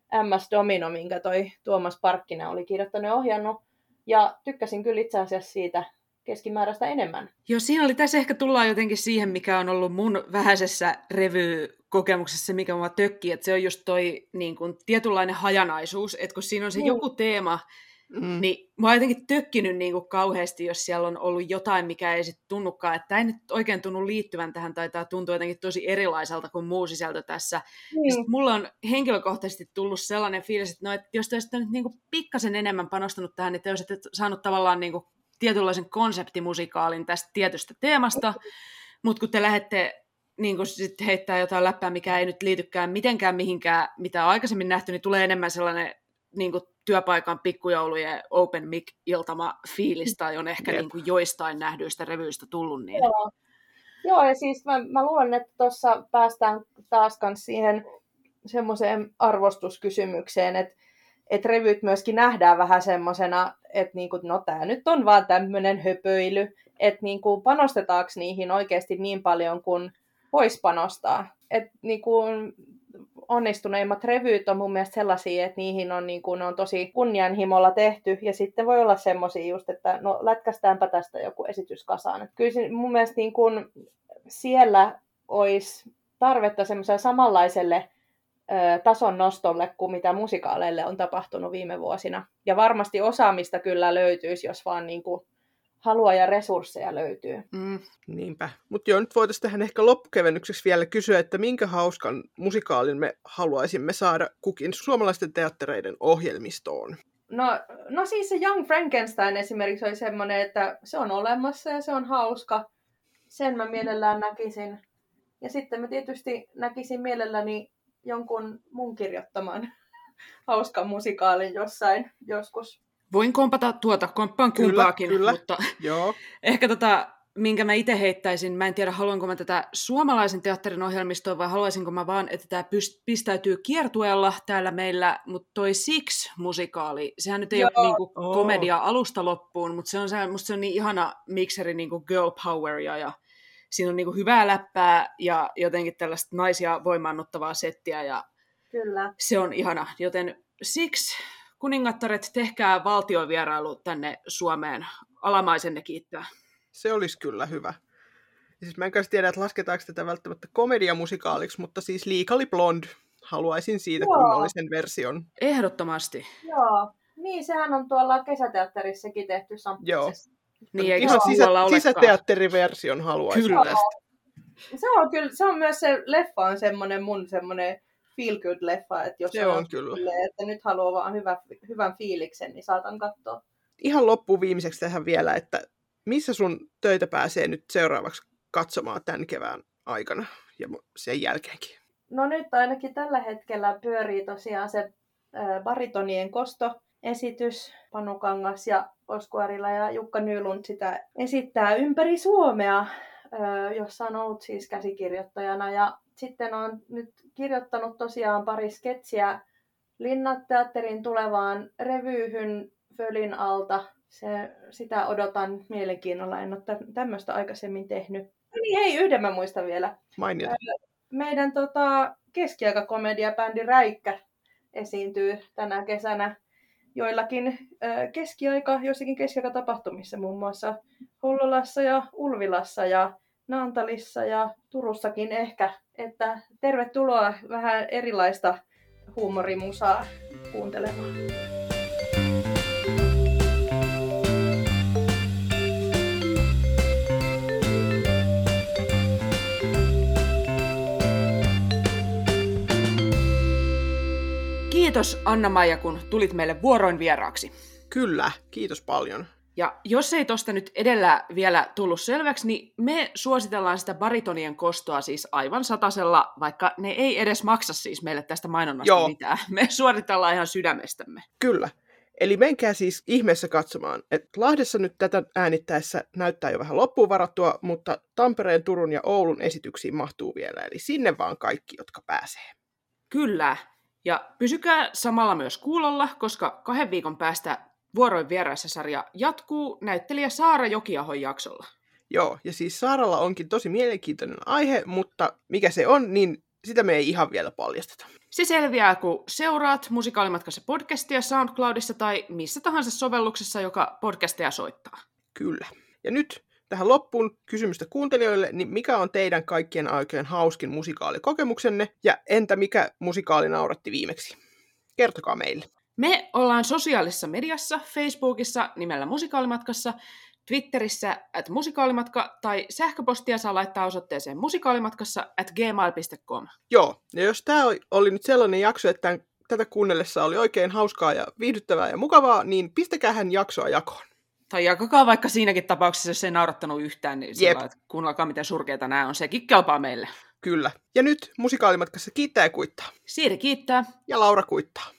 M S Domino, minkä toi Tuomas Parkkinen oli kirjoittanut ja ohjannut. Ja tykkäsin kyllä itse asiassa siitä keskimääräistä enemmän. Joo, siinä oli tässä ehkä tullaan jotenkin siihen, mikä on ollut mun vähäisessä revy-kokemuksessa, mikä mua tökkii, että se on just toi niin kuin, tietynlainen hajanaisuus, että kun siinä on se mm. joku teema, mm. niin mä oon jotenkin tökkinyt niin kuin kauheasti, jos siellä on ollut jotain, mikä ei sitten tunnukaan, että tämä ei nyt oikein tunnu liittyvän tähän, tai tämä tuntuu jotenkin tosi erilaiselta kuin muu sisältö tässä. Mm. Ja sitten mulla on henkilökohtaisesti tullut sellainen fiilis, että, no, että jos te olisitte nyt niin kuin pikkasen enemmän panostanut tähän, niin te olisitte saanut tavallaan niin kuin tietynlaisen konseptimusikaalin tästä tietystä teemasta, mutta kun te lähdette niin kun sit heittää jotain läppää, mikä ei nyt liitykään mitenkään mihinkään, mitä on aikaisemmin nähty, niin tulee enemmän sellainen niin kun työpaikan pikkujoulujen open mic-iltama fiilis, tai on ehkä niin kun joistain nähdyistä revyistä tullut. Niin. Joo. Joo, ja siis mä, mä luulen, että tuossa päästään taas kans siihen semmoiseen arvostuskysymykseen, että et revyt myöskin nähdään vähän semmoisena, että niinku, no tää nyt on vaan tämmöinen höpöily, että niinku, panostetaanko niihin oikeasti niin paljon kuin voisi panostaa. Että niinku, onnistuneimmat revyt on mun mielestä sellaisia, että niihin on, niinku, ne on tosi kunnianhimolla tehty, ja sitten voi olla semmoisia just, että no lätkästäänpä tästä joku esitys kasaan. Et kyllä se, mun mielestä niinku, siellä olisi tarvetta semmoiselle samanlaiselle ö, tason nostolle kuin mitä musikaaleille on tapahtunut viime vuosina. Ja varmasti osaamista kyllä löytyisi, jos vaan niinku halua ja resursseja löytyy. Mm, niinpä. Mutta joo, nyt voitaisiin tähän ehkä loppukevennykseksi vielä kysyä, että minkä hauskan musikaalin me haluaisimme saada kukin suomalaisten teattereiden ohjelmistoon. No, no siis se Young Frankenstein esimerkiksi oli semmoinen, että se on olemassa ja se on hauska. Sen mä mielellään näkisin. Ja sitten mä tietysti näkisin mielelläni jonkun mun kirjoittaman hauskan musikaalin jossain joskus. Voin kompata tuota, komppaan kumpaakin, kyllä, mutta joo. ehkä tota, minkä mä itse heittäisin, mä en tiedä haluanko mä tätä suomalaisen teatterin ohjelmistoa vai haluaisinko mä vaan, että tämä pistäytyy kiertueella täällä meillä, mutta toi Six-musikaali, sehän nyt ei joo. ole niinku oh. komedia alusta loppuun, mutta se on, se, musta se on niin ihana mikseri niinku girl poweria ja siinä on niinku hyvää läppää ja jotenkin tällaista naisia voimaannuttavaa settiä ja kyllä. Se on ihana, joten Six, kuningattaret, tehkää valtiovierailu tänne Suomeen, alamaisenne kiittää. Se olisi kyllä hyvä. Ja siis mä en kanssa tiedä, että lasketaanko tätä välttämättä komediamusikaaliksi, mutta siis Legally Blonde, haluaisin siitä joo. kunnollisen version. Ehdottomasti. Joo, niin sehän on tuolla kesäteatterissakin tehty Samppusessa. Niin, eikä ihan sisä, olekaan. Sisäteatteriversion haluaisin kyllä. tästä. Se on kyllä, se on myös se leffa on semmoinen mun semmoinen feel good leffa, että jos se on, on kyllä. Sille, että nyt haluaa vaan hyvä, hyvän fiiliksen, niin saatan katsoa. Ihan loppuun viimeiseksi tähän vielä, että missä sun töitä pääsee nyt seuraavaksi katsomaan tämän kevään aikana ja sen jälkeenkin? No nyt ainakin tällä hetkellä pyörii tosiaan se äh, baritonien kostoesitys. Panu Kangas ja Osku Arila ja Jukka Nylund sitä esittää ympäri Suomea, äh, jossa on ollut siis käsikirjoittajana. Ja sitten on nyt kirjoittanut tosiaan pari sketsiä Linnateatterin tulevaan revyyhyn Fölin alta. Se, sitä odotan mielenkiinnolla, en ole tämmöistä aikaisemmin tehnyt. No niin, hei, yhden mä muistan vielä. Mainita. Meidän tota, keskiaikakomediabändi Räikkä esiintyy tänä kesänä joillakin äh, keskiaika, joissakin keskiaikatapahtumissa, muun muassa Hollolassa ja Ulvilassa ja Naantalissa ja Turussakin ehkä. Että tervetuloa vähän erilaista huumorimusaa kuuntelemaan. Kiitos Anna-Maija, kun tulit meille vuoroin vieraaksi. Kyllä, kiitos paljon. Ja jos ei tosta nyt edellä vielä tullut selväksi, niin me suositellaan sitä baritonien kostoa siis aivan satasella, vaikka ne ei edes maksa siis meille tästä mainonnasta Joo. mitään. Me suositellaan ihan sydämestämme. Kyllä. Eli menkää siis ihmeessä katsomaan, että Lahdessa nyt tätä äänittäessä näyttää jo vähän loppuun varattua, mutta Tampereen, Turun ja Oulun esityksiin mahtuu vielä, eli sinne vaan kaikki, jotka pääsee. Kyllä. Ja pysykää samalla myös kuulolla, koska kahden viikon päästä Vuoroin vieraissa sarja jatkuu näyttelijä Saara Jokiahon jaksolla. Joo, ja siis Saaralla onkin tosi mielenkiintoinen aihe, mutta mikä se on, niin sitä me ei ihan vielä paljasteta. Se selviää, kun seuraat Musikaalimatkassa podcastia SoundCloudissa tai missä tahansa sovelluksessa, joka podcasteja soittaa. Kyllä. Ja nyt tähän loppuun kysymystä kuuntelijoille, niin mikä on teidän kaikkien aikojen hauskin musikaalikokemuksenne, ja entä mikä musikaali nauratti viimeksi? Kertokaa meille. Me ollaan sosiaalisessa mediassa, Facebookissa nimellä Musikaalimatkassa, Twitterissä at musikaalimatka tai sähköpostia saa laittaa osoitteeseen musikaalimatkassa at gmail piste com. Joo, ja jos tämä oli nyt sellainen jakso, että tämän, tätä kuunnellessa oli oikein hauskaa ja viihdyttävää ja mukavaa, niin pistäkäähän jaksoa jakoon. Tai jakakaa vaikka siinäkin tapauksessa, jos ei naurattanut yhtään, niin sillä, että kuunnelkaa miten surkeita nämä on. Sekin kelpaa meille. Kyllä. Ja nyt Musikaalimatkassa kiittää ja kuittaa. Siiri kiittää. Ja Laura kuittaa.